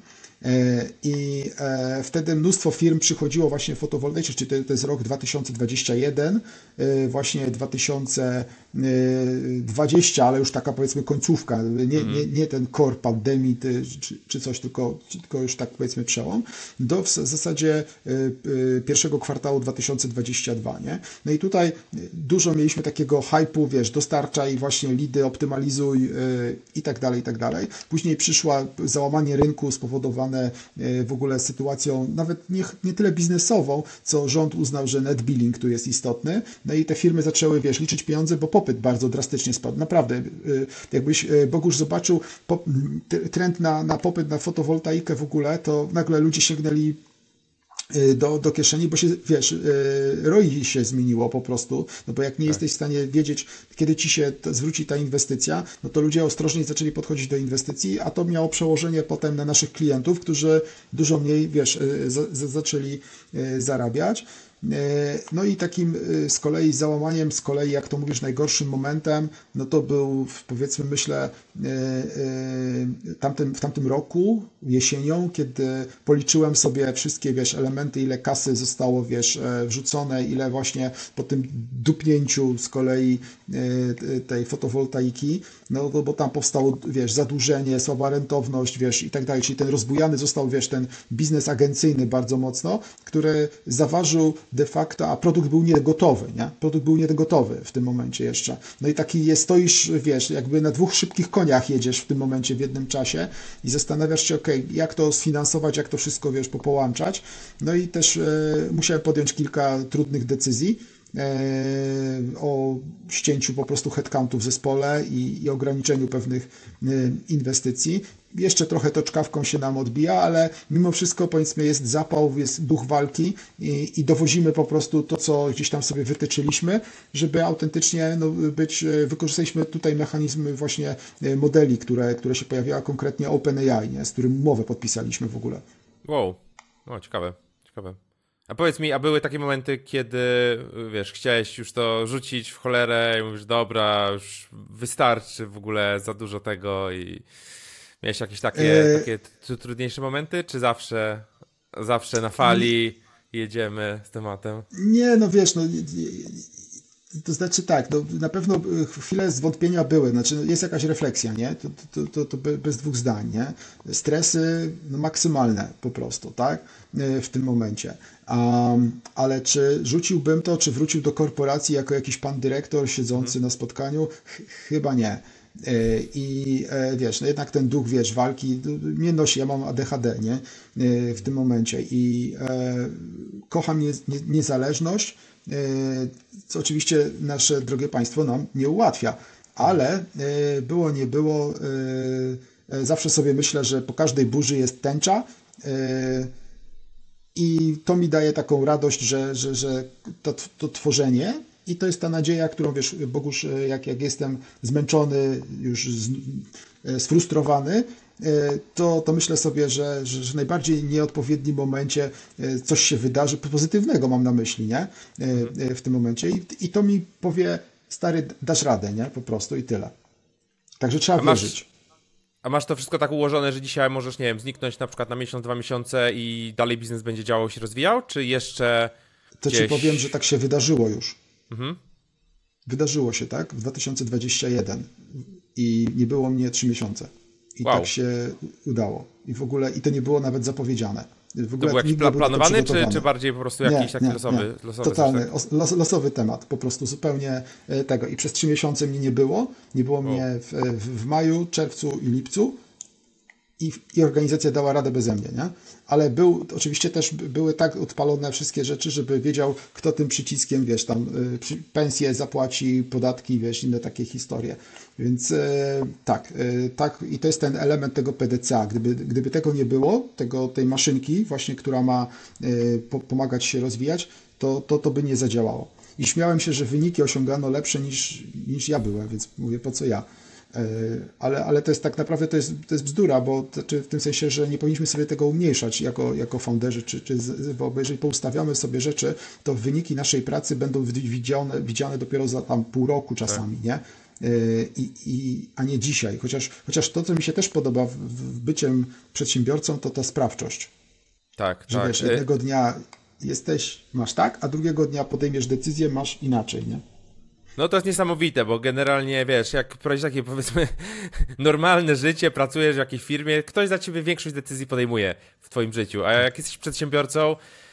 [SPEAKER 2] I wtedy mnóstwo firm przychodziło właśnie fotowoltaicznych, czyli to jest rok dwa tysiące dwudziesty pierwszy, właśnie dwa tysiące dwudziesty, ale już taka powiedzmy końcówka, nie, nie, nie ten core pandemii czy, czy coś, tylko, tylko już tak powiedzmy przełom, do w zasadzie pierwszego kwartału dwa tysiące dwudziestego drugiego, nie? No i tutaj dużo mieliśmy takiego hype'u, wiesz, dostarczaj właśnie lidy, optymalizuj i tak dalej, i tak dalej. Później przyszła załamanie rynku spowodowane w ogóle sytuacją nawet nie, nie tyle biznesową, co rząd uznał, że net billing tu jest istotny. No i te firmy zaczęły, wiesz, liczyć pieniądze, bo popyt bardzo drastycznie spadł. Naprawdę, jakbyś Bogusz zobaczył trend na, na popyt na fotowoltaikę w ogóle, to nagle ludzie sięgnęli do, do kieszeni, bo się, wiesz, R O I się zmieniło po prostu, no bo jak nie tak. jesteś w stanie wiedzieć, kiedy ci się zwróci ta inwestycja, no to ludzie ostrożniej zaczęli podchodzić do inwestycji, a to miało przełożenie potem na naszych klientów, którzy dużo mniej, wiesz, z, z, zaczęli zarabiać. No i takim z kolei załamaniem, z kolei jak to mówisz, najgorszym momentem, no to był, powiedzmy, myślę, tamtym, w tamtym roku, jesienią, kiedy policzyłem sobie wszystkie, wiesz, elementy, ile kasy zostało, wiesz, wrzucone, ile właśnie po tym dupnięciu z kolei tej fotowoltaiki, no bo tam powstało, wiesz, zadłużenie, słaba rentowność, wiesz, i tak dalej, czyli ten rozbujany został, wiesz, ten biznes agencyjny bardzo mocno, który zaważył de facto, a produkt był niegotowy, nie? Produkt był niegotowy w tym momencie jeszcze. No i taki jest, stoisz, wiesz, jakby na dwóch szybkich koniach jedziesz w tym momencie w jednym czasie i zastanawiasz się, okej, okay, jak to sfinansować, jak to wszystko, wiesz, popołączać. No i też e, musiałem podjąć kilka trudnych decyzji e, o ścięciu po prostu headcountów w zespole i, i ograniczeniu pewnych e, inwestycji. Jeszcze trochę to czkawką się nam odbija, ale mimo wszystko, powiedzmy, jest zapał, jest duch walki i, i dowozimy po prostu to, co gdzieś tam sobie wytyczyliśmy, żeby autentycznie no, być, wykorzystaliśmy tutaj mechanizmy właśnie modeli, które, które się pojawiały, konkretnie OpenAI, nie? Z którym umowę podpisaliśmy w ogóle.
[SPEAKER 1] Wow, no ciekawe, ciekawe. A powiedz mi, a były takie momenty, kiedy, wiesz, chciałeś już to rzucić w cholerę i mówisz, dobra, już wystarczy w ogóle za dużo tego i... Miałeś jakieś takie, e... takie trudniejsze momenty, czy zawsze, zawsze na fali jedziemy z tematem?
[SPEAKER 2] Nie, no wiesz, no to znaczy tak, no, na pewno chwile zwątpienia były, znaczy no, jest jakaś refleksja, nie? To, to, to, to bez dwóch zdań, nie? Stresy no, maksymalne po prostu, tak? W tym momencie. Um, ale czy rzuciłbym to, czy wrócił do korporacji jako jakiś pan dyrektor siedzący hmm. na spotkaniu? Ch- chyba nie. I wiesz, no jednak ten duch, wiesz, walki mnie nosi, ja mam A D H D, nie? W tym momencie i e, kocham nie, nie, niezależność, e, co oczywiście nasze drogie państwo nam nie ułatwia, ale e, było, nie było, e, zawsze sobie myślę, że po każdej burzy jest tęcza, e, i to mi daje taką radość, że, że, że to, to tworzenie i to jest ta nadzieja, którą wiesz, Bogusz, jak, jak jestem zmęczony, już z, sfrustrowany, to, to myślę sobie, że, że, że w najbardziej nieodpowiednim momencie coś się wydarzy, pozytywnego mam na myśli, nie? W tym momencie. I, i to mi powie, stary, dasz radę, nie? Po prostu i tyle. Także trzeba
[SPEAKER 1] masz,
[SPEAKER 2] wierzyć.
[SPEAKER 1] A masz to wszystko tak ułożone, że dzisiaj możesz, nie wiem, zniknąć na przykład na miesiąc, dwa miesiące i dalej biznes będzie działał, się rozwijał, czy jeszcze
[SPEAKER 2] To
[SPEAKER 1] gdzieś...
[SPEAKER 2] ci powiem, że tak się wydarzyło już.
[SPEAKER 1] Mhm.
[SPEAKER 2] Wydarzyło się, tak? W dwa tysiące dwudziestym pierwszym i nie było mnie trzy miesiące. I
[SPEAKER 1] wow.
[SPEAKER 2] tak się udało. I w ogóle, i to nie było nawet zapowiedziane. W ogóle
[SPEAKER 1] to był jakiś pla- planowany, czy, czy bardziej po prostu jakiś nie, taki nie, losowy,
[SPEAKER 2] nie.
[SPEAKER 1] losowy?
[SPEAKER 2] Totalny,
[SPEAKER 1] coś, tak?
[SPEAKER 2] los, losowy temat, po prostu zupełnie tego. I przez trzy miesiące mnie nie było. Nie było wow. mnie w, w, w maju, czerwcu i lipcu. I, I organizacja dała radę beze mnie, nie? Ale był, oczywiście też były tak odpalone wszystkie rzeczy, żeby wiedział, kto tym przyciskiem, wiesz, tam y, pensje zapłaci, podatki, wiesz, inne takie historie. Więc y, tak, y, tak, i to jest ten element tego P D C A. Gdyby, gdyby tego nie było, tego, tej maszynki właśnie, która ma y, po, pomagać się rozwijać, to, to to by nie zadziałało. I śmiałem się, że wyniki osiągano lepsze niż, niż ja byłem, więc mówię, po co ja? Ale, ale to jest tak naprawdę to jest, to jest bzdura, bo to, czy w tym sensie, że nie powinniśmy sobie tego umniejszać jako, jako founderzy, czy, czy z, bo jeżeli poustawiamy sobie rzeczy, to wyniki naszej pracy będą widziane, widziane dopiero za tam pół roku czasami, tak. nie? I, i, a nie dzisiaj. Chociaż, chociaż to, co mi się też podoba w, w byciem przedsiębiorcą, to ta sprawczość.
[SPEAKER 1] Tak,
[SPEAKER 2] że
[SPEAKER 1] tak.
[SPEAKER 2] Wiesz, jednego dnia jesteś, masz tak, a drugiego dnia podejmiesz decyzję, masz inaczej, nie?
[SPEAKER 1] No to jest niesamowite, bo generalnie, wiesz, jak prowadzisz takie, powiedzmy, normalne życie, pracujesz w jakiejś firmie, ktoś za ciebie większość decyzji podejmuje w twoim życiu, a jak jesteś przedsiębiorcą,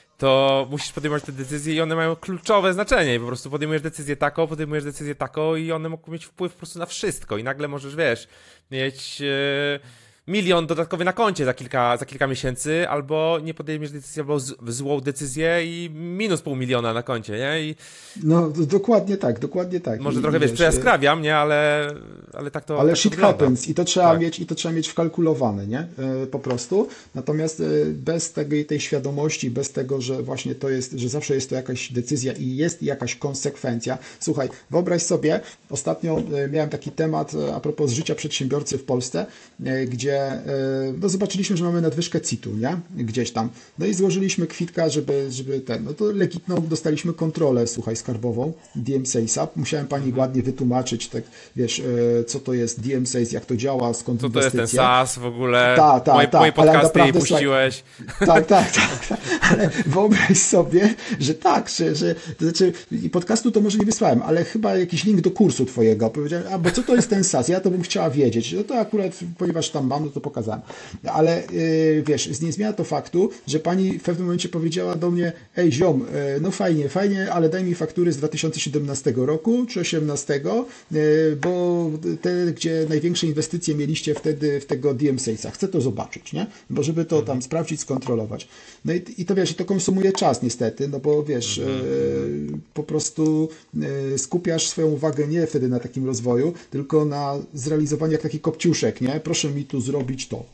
[SPEAKER 1] to musisz podejmować te decyzje i one mają kluczowe znaczenie i po prostu podejmujesz decyzję taką, podejmujesz decyzję taką i one mogą mieć wpływ po prostu na wszystko i nagle możesz, wiesz, mieć... Yy... milion dodatkowy na koncie za kilka, za kilka miesięcy, albo nie podejmiesz decyzji, albo z, złą decyzję i minus pół miliona na koncie, nie? I
[SPEAKER 2] no dokładnie tak, dokładnie tak.
[SPEAKER 1] Może
[SPEAKER 2] I,
[SPEAKER 1] trochę,
[SPEAKER 2] i
[SPEAKER 1] wiesz,
[SPEAKER 2] wiesz,
[SPEAKER 1] przejaskrawiam, nie? Ale, ale tak to
[SPEAKER 2] Ale
[SPEAKER 1] tak
[SPEAKER 2] shit
[SPEAKER 1] to
[SPEAKER 2] happens i to trzeba
[SPEAKER 1] tak.
[SPEAKER 2] mieć, i to trzeba mieć wkalkulowane, nie? E, po prostu. Natomiast e, bez tej, tej świadomości, bez tego, że właśnie to jest, że zawsze jest to jakaś decyzja i jest jakaś konsekwencja. Słuchaj, wyobraź sobie, ostatnio e, miałem taki temat e, a propos życia przedsiębiorcy w Polsce, e, gdzie e, no zobaczyliśmy, że mamy nadwyżkę C I T-u, nie? Gdzieś tam. No i złożyliśmy kwitka, żeby, żeby ten, no to legitną dostaliśmy kontrolę, słuchaj, skarbową, D M Salesa. Musiałem pani mhm. ładnie wytłumaczyć, tak, wiesz, e, co to jest D M Sales, jak to działa, skąd
[SPEAKER 1] co
[SPEAKER 2] inwestycje.
[SPEAKER 1] To jest ten SaaS w ogóle,
[SPEAKER 2] ta, ta,
[SPEAKER 1] moje,
[SPEAKER 2] ta,
[SPEAKER 1] moje podcasty
[SPEAKER 2] naprawdę,
[SPEAKER 1] puściłeś.
[SPEAKER 2] Tak, tak, tak, tak, ale wyobraź sobie, że tak, że, że to znaczy, i podcastu to może nie wysłałem, ale chyba jakiś link do kursu twojego. Powiedziałem, a bo co to jest ten SaaS? Ja to bym chciała wiedzieć. No to akurat, ponieważ tam mam, no to pokazałem. Ale yy, wiesz, nie zmienia to faktu, że pani w pewnym momencie powiedziała do mnie, ej ziom, yy, no fajnie, fajnie, ale daj mi faktury z dwa tysiące siedemnastego roku, czy osiemnastego, yy, bo te, gdzie największe inwestycje mieliście wtedy w tego D M Salesa. Chcę to zobaczyć, nie? Bo żeby to tam sprawdzić, skontrolować. No i, i to wiesz, to konsumuje czas niestety, no bo wiesz, yy, po prostu yy, skupiasz swoją uwagę nie wtedy na takim rozwoju, tylko na zrealizowaniu jak taki kopciuszek, nie? Proszę mi tu zrobić to.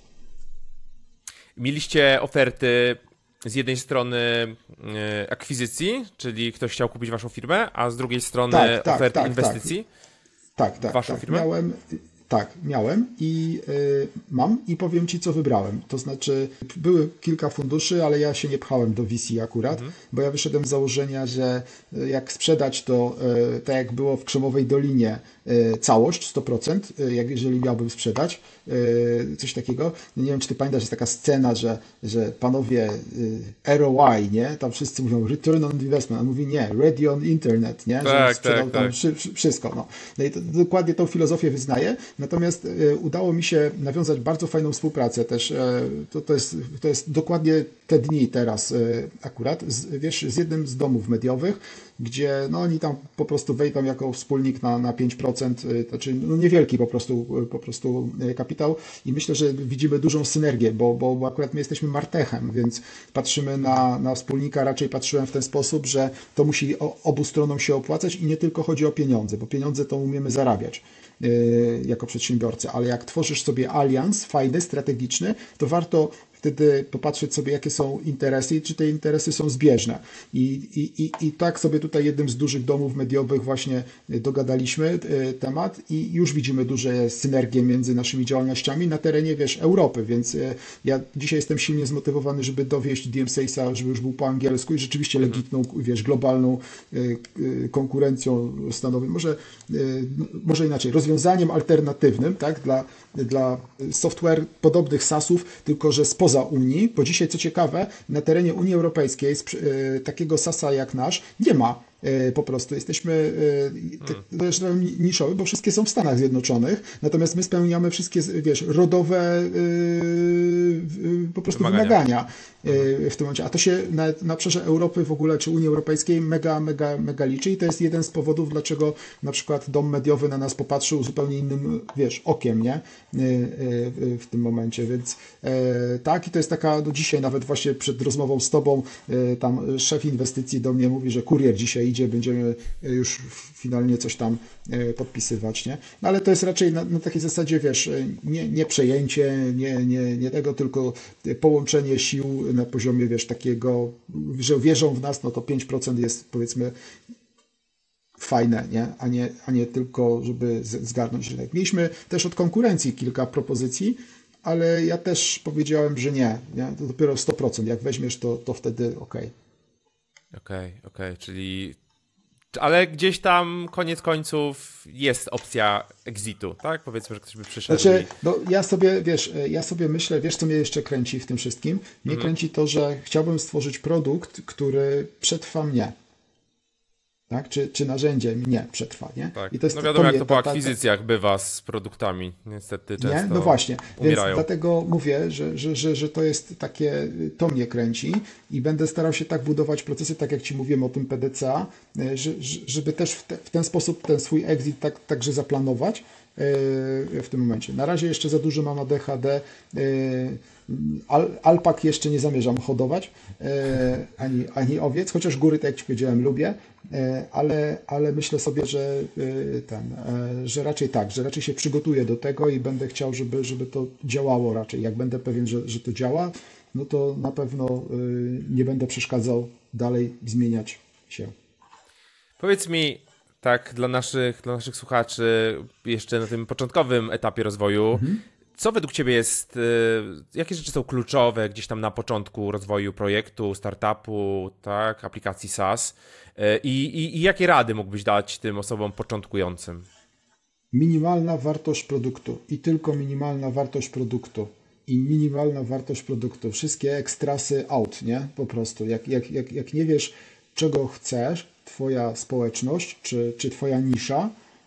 [SPEAKER 1] Mieliście oferty z jednej strony yy, akwizycji, czyli ktoś chciał kupić waszą firmę, a z drugiej strony
[SPEAKER 2] tak, tak,
[SPEAKER 1] oferty
[SPEAKER 2] tak,
[SPEAKER 1] inwestycji
[SPEAKER 2] tak, tak,
[SPEAKER 1] w waszą
[SPEAKER 2] tak.
[SPEAKER 1] firmę?
[SPEAKER 2] Miałem, tak, miałem i y, mam i powiem Ci, co wybrałem. To znaczy, były kilka funduszy, ale ja się nie pchałem do V C akurat, mhm. bo ja wyszedłem z założenia, że jak sprzedać to, y, tak jak było w Krzemowej Dolinie, y, całość, sto procent, y, jak jeżeli miałbym sprzedać, y, coś takiego. Nie wiem, czy Ty pamiętasz, jest taka scena, że, że panowie y, R O I, nie? Tam wszyscy mówią return on investment, a mówi nie, ready on internet, nie? Że
[SPEAKER 1] tak,
[SPEAKER 2] sprzedał
[SPEAKER 1] tak,
[SPEAKER 2] tam
[SPEAKER 1] tak.
[SPEAKER 2] Wszy, wszystko. No. No i to, dokładnie tą filozofię wyznaję. Natomiast y, udało mi się nawiązać bardzo fajną współpracę też. Y, to, to, jest, to jest dokładnie te dni teraz y, akurat, z, wiesz, z jednym z domów mediowych, gdzie no, oni tam po prostu wejdą jako wspólnik na, na pięć procent, y, znaczy no, niewielki po prostu, y, po prostu y, kapitał i myślę, że widzimy dużą synergię, bo, bo, bo akurat my jesteśmy Martechem, więc patrzymy na, na wspólnika, raczej patrzyłem w ten sposób, że to musi o, obu stronom się opłacać i nie tylko chodzi o pieniądze, bo pieniądze to umiemy zarabiać jako przedsiębiorcy, ale jak tworzysz sobie alians fajny, strategiczny, to warto wtedy popatrzeć sobie, jakie są interesy i czy te interesy są zbieżne. I, i, i, i tak sobie tutaj jednym z dużych domów mediowych właśnie dogadaliśmy temat i już widzimy duże synergie między naszymi działalnościami na terenie, wiesz, Europy, więc ja dzisiaj jestem silnie zmotywowany, żeby dowieść D M Salesa, żeby już był po angielsku i rzeczywiście legitną, wiesz, globalną konkurencją stanowi. Może, może inaczej, rozwiązaniem alternatywnym, tak, dla, dla software podobnych SaaSów, tylko że spoza Unii, bo dzisiaj, co ciekawe, na terenie Unii Europejskiej takiego SaaSa jak nasz nie ma. Po prostu jesteśmy hmm. niszowy, bo wszystkie są w Stanach Zjednoczonych, natomiast my spełniamy wszystkie, wiesz, rodowe yy, po prostu wymagania, wymagania yy, w tym momencie. A to się na, na obszarze Europy w ogóle, czy Unii Europejskiej mega, mega, mega liczy i to jest jeden z powodów, dlaczego na przykład dom mediowy na nas popatrzył zupełnie innym, wiesz, okiem, nie? Yy, yy, w tym momencie, więc yy, tak, i to jest taka, do dzisiaj nawet właśnie przed rozmową z tobą, yy, tam szef inwestycji do mnie mówi, że kurier dzisiaj idzie, będziemy już finalnie coś tam podpisywać, nie? No ale to jest raczej na, na takiej zasadzie, wiesz, nie, nie przejęcie, nie, nie, nie tego, tylko połączenie sił na poziomie, wiesz, takiego, że wierzą w nas, no to pięć procent jest, powiedzmy, fajne, nie? A nie, a nie tylko, żeby zgarnąć rynek. Mieliśmy też od konkurencji kilka propozycji, ale ja też powiedziałem, że nie, nie? To dopiero sto procent. Jak weźmiesz, to, to wtedy okej. Okay.
[SPEAKER 1] Okej, okay, okej, okay. Czyli... Ale gdzieś tam koniec końców jest opcja exitu, tak? Powiedzmy, że ktoś by przyszedł.
[SPEAKER 2] Znaczy,
[SPEAKER 1] i...
[SPEAKER 2] no ja sobie, wiesz, ja sobie myślę, wiesz, co mnie jeszcze kręci w tym wszystkim? Mnie mhm. kręci to, że chciałbym stworzyć produkt, który przetrwa mnie. Tak? Czy, czy narzędzie mnie przetrwa, nie?
[SPEAKER 1] Tak.
[SPEAKER 2] I to jest,
[SPEAKER 1] no wiadomo,
[SPEAKER 2] to
[SPEAKER 1] jak to po
[SPEAKER 2] ta, ta,
[SPEAKER 1] akwizycjach bywa z produktami. Niestety często
[SPEAKER 2] nie? No właśnie,
[SPEAKER 1] umierają.
[SPEAKER 2] Więc dlatego mówię, że, że, że, że to jest takie, to mnie kręci i będę starał się tak budować procesy, tak jak Ci mówiłem o tym P D C A, że, żeby też w, te, w ten sposób ten swój exit tak, także zaplanować w tym momencie. Na razie jeszcze za dużo mam A D H D, Al, alpak jeszcze nie zamierzam hodować, ani, ani owiec, chociaż góry, tak jak Ci powiedziałem, lubię, ale, ale myślę sobie, że ten, że raczej tak, że raczej się przygotuję do tego i będę chciał, żeby, żeby to działało raczej. Jak będę pewien, że, że to działa, no to na pewno nie będę przeszkadzał dalej zmieniać się.
[SPEAKER 1] Powiedz mi, tak dla naszych, dla naszych słuchaczy jeszcze na tym początkowym etapie rozwoju, mhm. co według Ciebie jest, jakie rzeczy są kluczowe gdzieś tam na początku rozwoju projektu, startupu, tak, aplikacji SaaS i, i, i jakie rady mógłbyś dać tym osobom początkującym?
[SPEAKER 2] Minimalna wartość produktu i tylko minimalna wartość produktu i minimalna wartość produktu. Wszystkie ekstrasy out, nie? Po prostu. Jak, jak, jak, jak nie wiesz, czego chcesz, Twoja społeczność czy, czy Twoja nisza,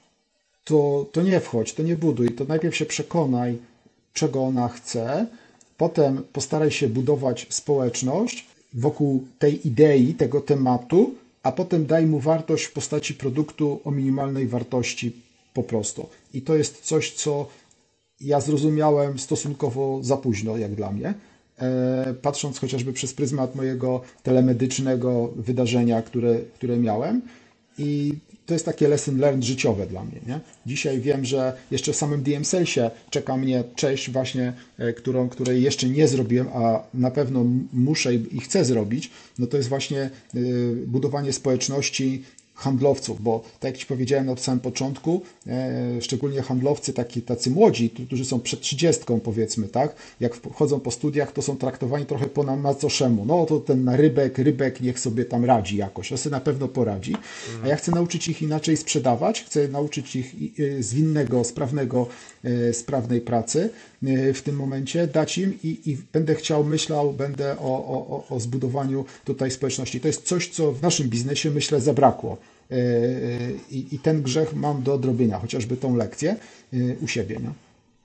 [SPEAKER 2] to, to nie wchodź, to nie buduj. To najpierw się przekonaj, czego ona chce, potem postaraj się budować społeczność wokół tej idei, tego tematu, a potem daj mu wartość w postaci produktu o minimalnej wartości po prostu. I to jest coś, co ja zrozumiałem stosunkowo za późno, jak dla mnie, e, patrząc chociażby przez pryzmat mojego telemedycznego wydarzenia, które, które miałem. I to jest takie lesson learned życiowe dla mnie, nie? Dzisiaj wiem, że jeszcze w samym D M Salesie czeka mnie część właśnie, którą, której jeszcze nie zrobiłem, a na pewno muszę i chcę zrobić, no to jest właśnie budowanie społeczności handlowców, bo tak jak Ci powiedziałem na samym początku, e, szczególnie handlowcy taki, tacy młodzi, którzy są przed trzydziestką powiedzmy, tak, jak chodzą po studiach, to są traktowani trochę po macoszemu. No to ten rybek, rybek niech sobie tam radzi jakoś, on sobie na pewno poradzi, a ja chcę nauczyć ich inaczej sprzedawać, chcę nauczyć ich zwinnego, sprawnego, sprawnej pracy w tym momencie, dać im i, i będę chciał, myślał, będę o, o, o zbudowaniu tutaj społeczności. To jest coś, co w naszym biznesie, myślę, zabrakło. I, i ten grzech mam do odrobienia, chociażby tą lekcję u siebie. Nie?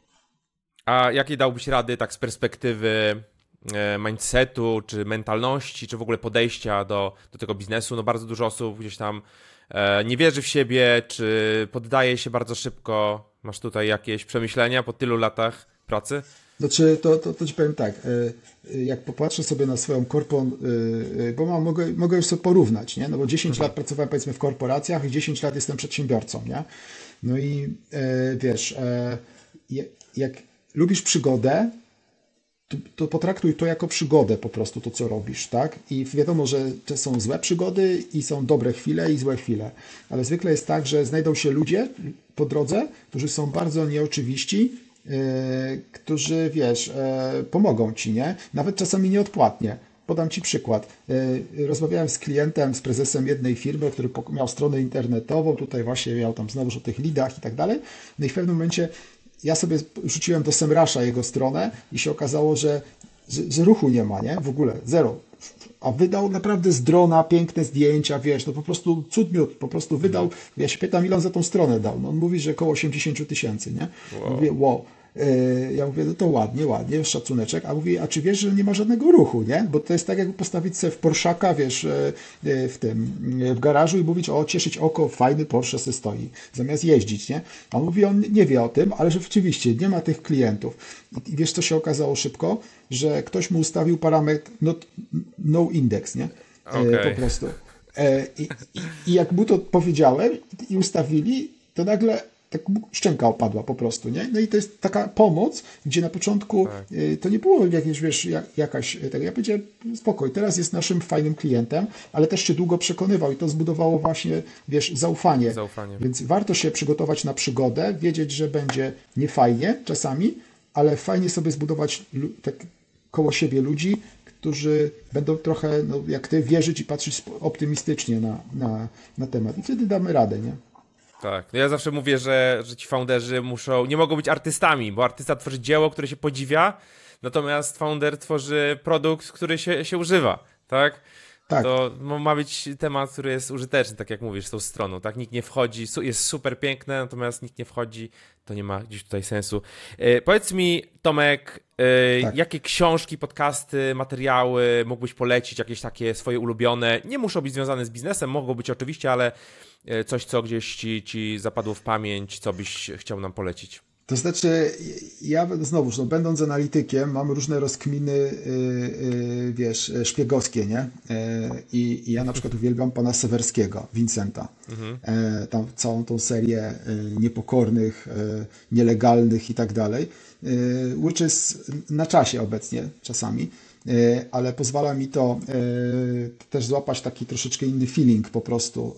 [SPEAKER 1] A jakie dałbyś rady tak z perspektywy mindsetu, czy mentalności, czy w ogóle podejścia do, do tego biznesu? No bardzo dużo osób gdzieś tam nie wierzy w siebie, czy poddaje się bardzo szybko. Masz tutaj jakieś przemyślenia po tylu latach pracy?
[SPEAKER 2] Znaczy, to, to, to Ci powiem tak, jak popatrzę sobie na swoją korpon, bo mam, mogę, mogę już sobie porównać, nie? No bo dziesięć mhm. lat pracowałem powiedzmy w korporacjach i dziesięć lat jestem przedsiębiorcą, nie? No i wiesz, jak lubisz przygodę, to, to potraktuj to jako przygodę po prostu, to co robisz, tak? I wiadomo, że to są złe przygody i są dobre chwile i złe chwile, ale zwykle jest tak, że znajdą się ludzie po drodze, którzy są bardzo nieoczywiści, yy, którzy, wiesz, yy, pomogą ci, nie? Nawet czasami nieodpłatnie. Podam Ci przykład. Yy, rozmawiałem z klientem, z prezesem jednej firmy, który miał stronę internetową, tutaj właśnie miał tam znowu o tych lidach i tak dalej, no i w pewnym momencie ja sobie rzuciłem do Semrasza jego stronę i się okazało, że, że, że ruchu nie ma, nie? W ogóle, zero. A wydał naprawdę z drona piękne zdjęcia, wiesz, no po prostu cud miód, po prostu wydał, ja się pytam, ile on za tą stronę dał, no on mówi, że około osiemdziesiąt tysięcy, nie? Wow. Mówię, wow. Ja mówię, no to ładnie, ładnie, szacuneczek, a mówi, a czy wiesz, że nie ma żadnego ruchu, nie? Bo to jest tak, jakby postawić sobie w Porszaka, wiesz, w tym, w garażu i mówić, o, cieszyć oko, fajny Porsche se stoi, zamiast jeździć, nie? A on mówi, on nie wie o tym, ale że rzeczywiście nie ma tych klientów. I wiesz, co się okazało szybko? Że ktoś mu ustawił parametr not, no index, nie? Okay. Po prostu. I, i, I jak mu to powiedziałem i ustawili, to nagle tak szczęka opadła po prostu, nie? No i to jest taka pomoc, gdzie na początku tak. to nie było jakieś, wiesz, jakaś, tak ja powiedziałem, spokoj, teraz jest naszym fajnym klientem, ale też się długo przekonywał i to zbudowało właśnie, wiesz, zaufanie. zaufanie. Więc warto się przygotować na przygodę, wiedzieć, że będzie niefajnie czasami, ale fajnie sobie zbudować tak koło siebie ludzi, którzy będą trochę, no, jak ty, wierzyć i patrzeć optymistycznie na, na, na temat. I wtedy damy radę, nie?
[SPEAKER 1] Tak, no ja zawsze mówię, że, że ci founderzy muszą, nie mogą być artystami, bo artysta tworzy dzieło, które się podziwia, natomiast founder tworzy produkt, który się, się używa, tak? Tak. To ma być temat, który jest użyteczny, tak jak mówisz, z tą stroną, tak? Nikt nie wchodzi, jest super piękne, natomiast nikt nie wchodzi, to nie ma gdzieś tutaj sensu. E, powiedz mi, Tomek, e, tak. jakie książki, podcasty, materiały mógłbyś polecić, jakieś takie swoje ulubione, nie muszą być związane z biznesem, mogą być oczywiście, ale coś, co gdzieś ci, ci zapadło w pamięć, co byś chciał nam polecić?
[SPEAKER 2] To znaczy, ja znowuż, no, będąc analitykiem, mam różne rozkminy, yy, yy, wiesz, szpiegowskie, nie? Yy, I ja na przykład uwielbiam pana Sewerskiego, Vincenta. Mhm. Yy, tam całą tą serię yy, niepokornych, yy, nielegalnych i tak dalej, yy, which is na czasie obecnie czasami. Ale pozwala mi to też złapać taki troszeczkę inny feeling po prostu.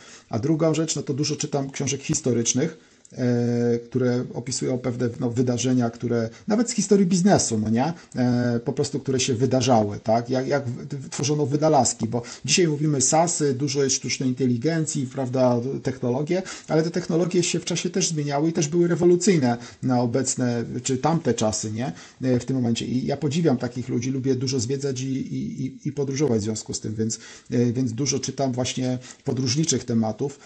[SPEAKER 2] A drugą rzecz, no to dużo czytam książek historycznych, które opisują pewne no, wydarzenia, które nawet z historii biznesu, no nie? Po prostu, które się wydarzały, tak? Jak, jak tworzono wynalazki, bo dzisiaj mówimy SaaSy, dużo jest sztucznej inteligencji, prawda, technologie, ale te technologie się w czasie też zmieniały i też były rewolucyjne na obecne, czy tamte czasy, nie? W tym momencie. I ja podziwiam takich ludzi, lubię dużo zwiedzać i, i, i podróżować w związku z tym, więc, więc dużo czytam właśnie podróżniczych tematów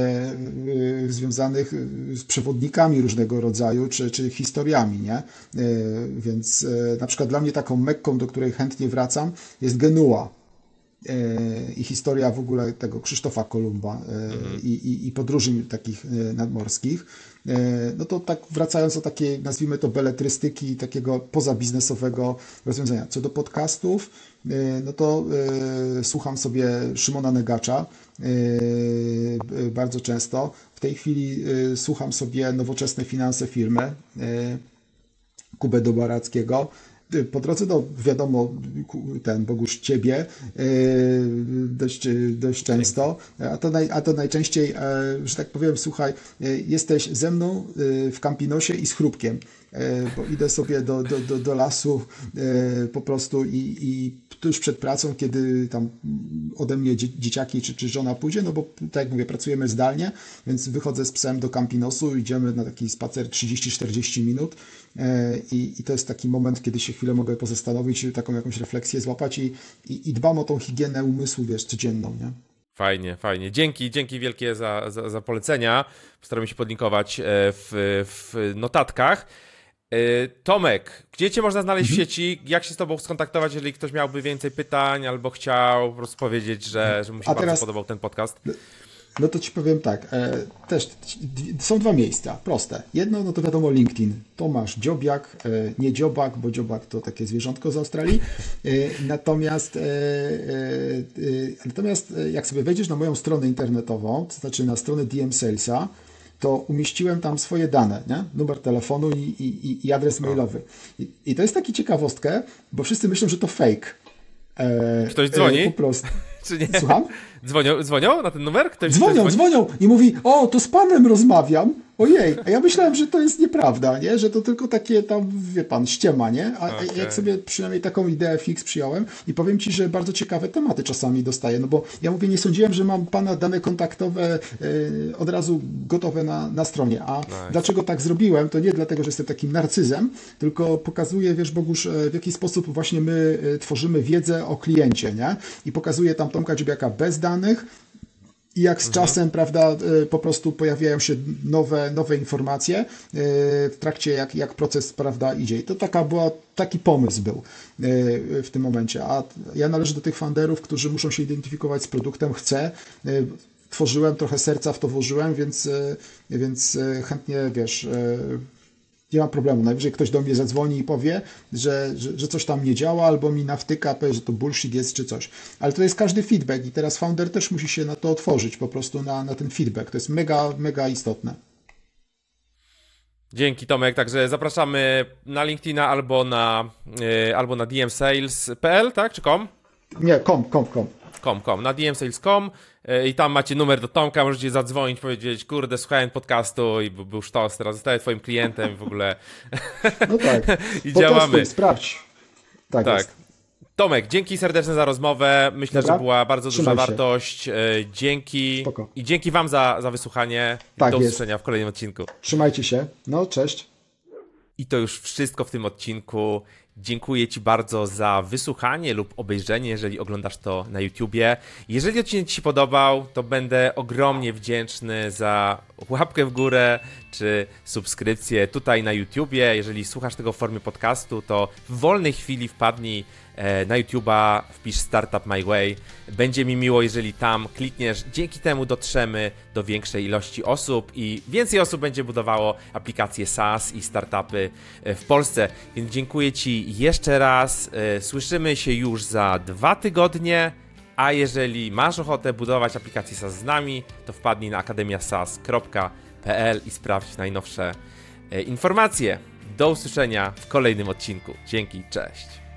[SPEAKER 2] związanych z przewodnikami różnego rodzaju, czy, czy historiami, nie? Więc na przykład dla mnie taką Mekką, do której chętnie wracam, jest Genua i historia w ogóle tego Krzysztofa Kolumba mhm. i, i, i podróży takich nadmorskich. No to tak wracając do takiej, nazwijmy to, beletrystyki, takiego pozabiznesowego rozwiązania. Co do podcastów, no to y, słucham sobie Szymona Negacza y, y, bardzo często. W tej chwili y, słucham sobie Nowoczesne finanse firmy, y, Kubę Dobarackiego. Po drodze, no wiadomo, ten Bogusz Ciebie yy, dość, dość często, a to, naj, a to najczęściej, yy, że tak powiem, słuchaj, yy, jesteś ze mną yy, w Campinosie i z Chrupkiem, yy, bo idę sobie do, do, do, do lasu yy, po prostu i, i tuż przed pracą, kiedy tam ode mnie dzieciaki czy, czy żona pójdzie, no bo tak jak mówię, pracujemy zdalnie, więc wychodzę z psem do Campinosu, idziemy na taki spacer trzydzieści czterdzieści minut i, i to jest taki moment, kiedy się chwilę mogę pozastanowić, taką jakąś refleksję złapać i, i, i dbam o tą higienę umysłu, wiesz, codzienną, nie?
[SPEAKER 1] Fajnie, fajnie. Dzięki, dzięki wielkie za, za, za polecenia. Postaramy się podlinkować w, w notatkach. Tomek, gdzie Cię można znaleźć mhm. w sieci? Jak się z Tobą skontaktować, jeżeli ktoś miałby więcej pytań albo chciał po prostu powiedzieć, że, że mu się A bardzo teraz... podobał ten podcast?
[SPEAKER 2] No to Ci powiem tak, e, też są dwa miejsca, proste. Jedno, no to wiadomo LinkedIn, Tomasz Dziobiak, e, nie Dziobak, bo Dziobak to takie zwierzątko z Australii, e, natomiast, e, e, natomiast jak sobie wejdziesz na moją stronę internetową, to znaczy na stronę D M Salesa, to umieściłem tam swoje dane, nie? Numer telefonu i, i, i adres mailowy. I, I to jest taka ciekawostka, bo wszyscy myślą, że to fake. E,
[SPEAKER 1] Ktoś dzwoni?
[SPEAKER 2] E, po prostu.
[SPEAKER 1] Czy nie?
[SPEAKER 2] Słucham?
[SPEAKER 1] Dzwonią, dzwonią na ten numer? Ktoś,
[SPEAKER 2] Dzwonią,
[SPEAKER 1] ktoś
[SPEAKER 2] dzwonią i mówi, o, to z panem rozmawiam. Ojej, a ja myślałem, że to jest nieprawda, nie? Że to tylko takie tam, wie pan, ściema, nie? A
[SPEAKER 1] Okay.
[SPEAKER 2] jak sobie przynajmniej taką ideę fix przyjąłem i powiem ci, że bardzo ciekawe tematy czasami dostaję, no bo ja mówię, nie sądziłem, że mam pana dane kontaktowe yy, od razu gotowe na, na stronie, a nice. Dlaczego tak zrobiłem? To nie dlatego, że jestem takim narcyzem, tylko pokazuję, wiesz, Bogusz, w jaki sposób właśnie my tworzymy wiedzę o kliencie, nie? I pokazuję tam Tomka Dziobiaka bez danych, i jak z mhm. czasem, prawda, po prostu pojawiają się nowe, nowe informacje w trakcie, jak, jak proces, prawda, idzie. I to taka była, taki pomysł był w tym momencie. A ja należę do tych founderów, którzy muszą się identyfikować z produktem, chcę. Tworzyłem, trochę serca w to włożyłem, więc, więc chętnie, wiesz, nie mam problemu. Najwyżej ktoś do mnie zadzwoni i powie, że, że, że coś tam nie działa, albo mi nawtyka, powie, że to bullshit jest, czy coś. Ale to jest każdy feedback i teraz founder też musi się na to otworzyć, po prostu na, na ten feedback. To jest mega, mega istotne.
[SPEAKER 1] Dzięki, Tomek. Także zapraszamy na LinkedIna albo na, yy, albo na d m sales kropka p l, tak? Czy com?
[SPEAKER 2] Nie, com, com, com.
[SPEAKER 1] Com, com, na d m sales kropka com yy, i tam macie numer do Tomka, możecie zadzwonić, powiedzieć, kurde, słuchałem podcastu i był sztos, teraz zostaję twoim klientem w ogóle.
[SPEAKER 2] No tak.
[SPEAKER 1] I
[SPEAKER 2] Potestuj,
[SPEAKER 1] działamy.
[SPEAKER 2] Sprawdź. Tak, tak. Jest.
[SPEAKER 1] Tomek, dzięki serdeczne za rozmowę. Myślę, Dobra. że była bardzo
[SPEAKER 2] Trzymaj
[SPEAKER 1] duża
[SPEAKER 2] się.
[SPEAKER 1] wartość. Yy, dzięki.
[SPEAKER 2] Spoko.
[SPEAKER 1] I dzięki wam za, za wysłuchanie.
[SPEAKER 2] Tak
[SPEAKER 1] do
[SPEAKER 2] jest.
[SPEAKER 1] usłyszenia w kolejnym odcinku.
[SPEAKER 2] Trzymajcie się. No, cześć.
[SPEAKER 1] I to już wszystko w tym odcinku. Dziękuję ci bardzo za wysłuchanie lub obejrzenie, jeżeli oglądasz to na YouTubie. Jeżeli odcinek ci się podobał, to będę ogromnie wdzięczny za łapkę w górę czy subskrypcję tutaj na YouTubie. Jeżeli słuchasz tego w formie podcastu, to w wolnej chwili wpadnij na YouTuba, wpisz Startup My Way. Będzie mi miło, jeżeli tam klikniesz. Dzięki temu dotrzemy do większej ilości osób i więcej osób będzie budowało aplikacje SaaS i startupy w Polsce. Więc dziękuję ci jeszcze raz. Słyszymy się już za dwa tygodnie. A jeżeli masz ochotę budować aplikacje SaaS z nami, to wpadnij na akademia saas kropka p l i sprawdź najnowsze informacje. Do usłyszenia w kolejnym odcinku. Dzięki, cześć.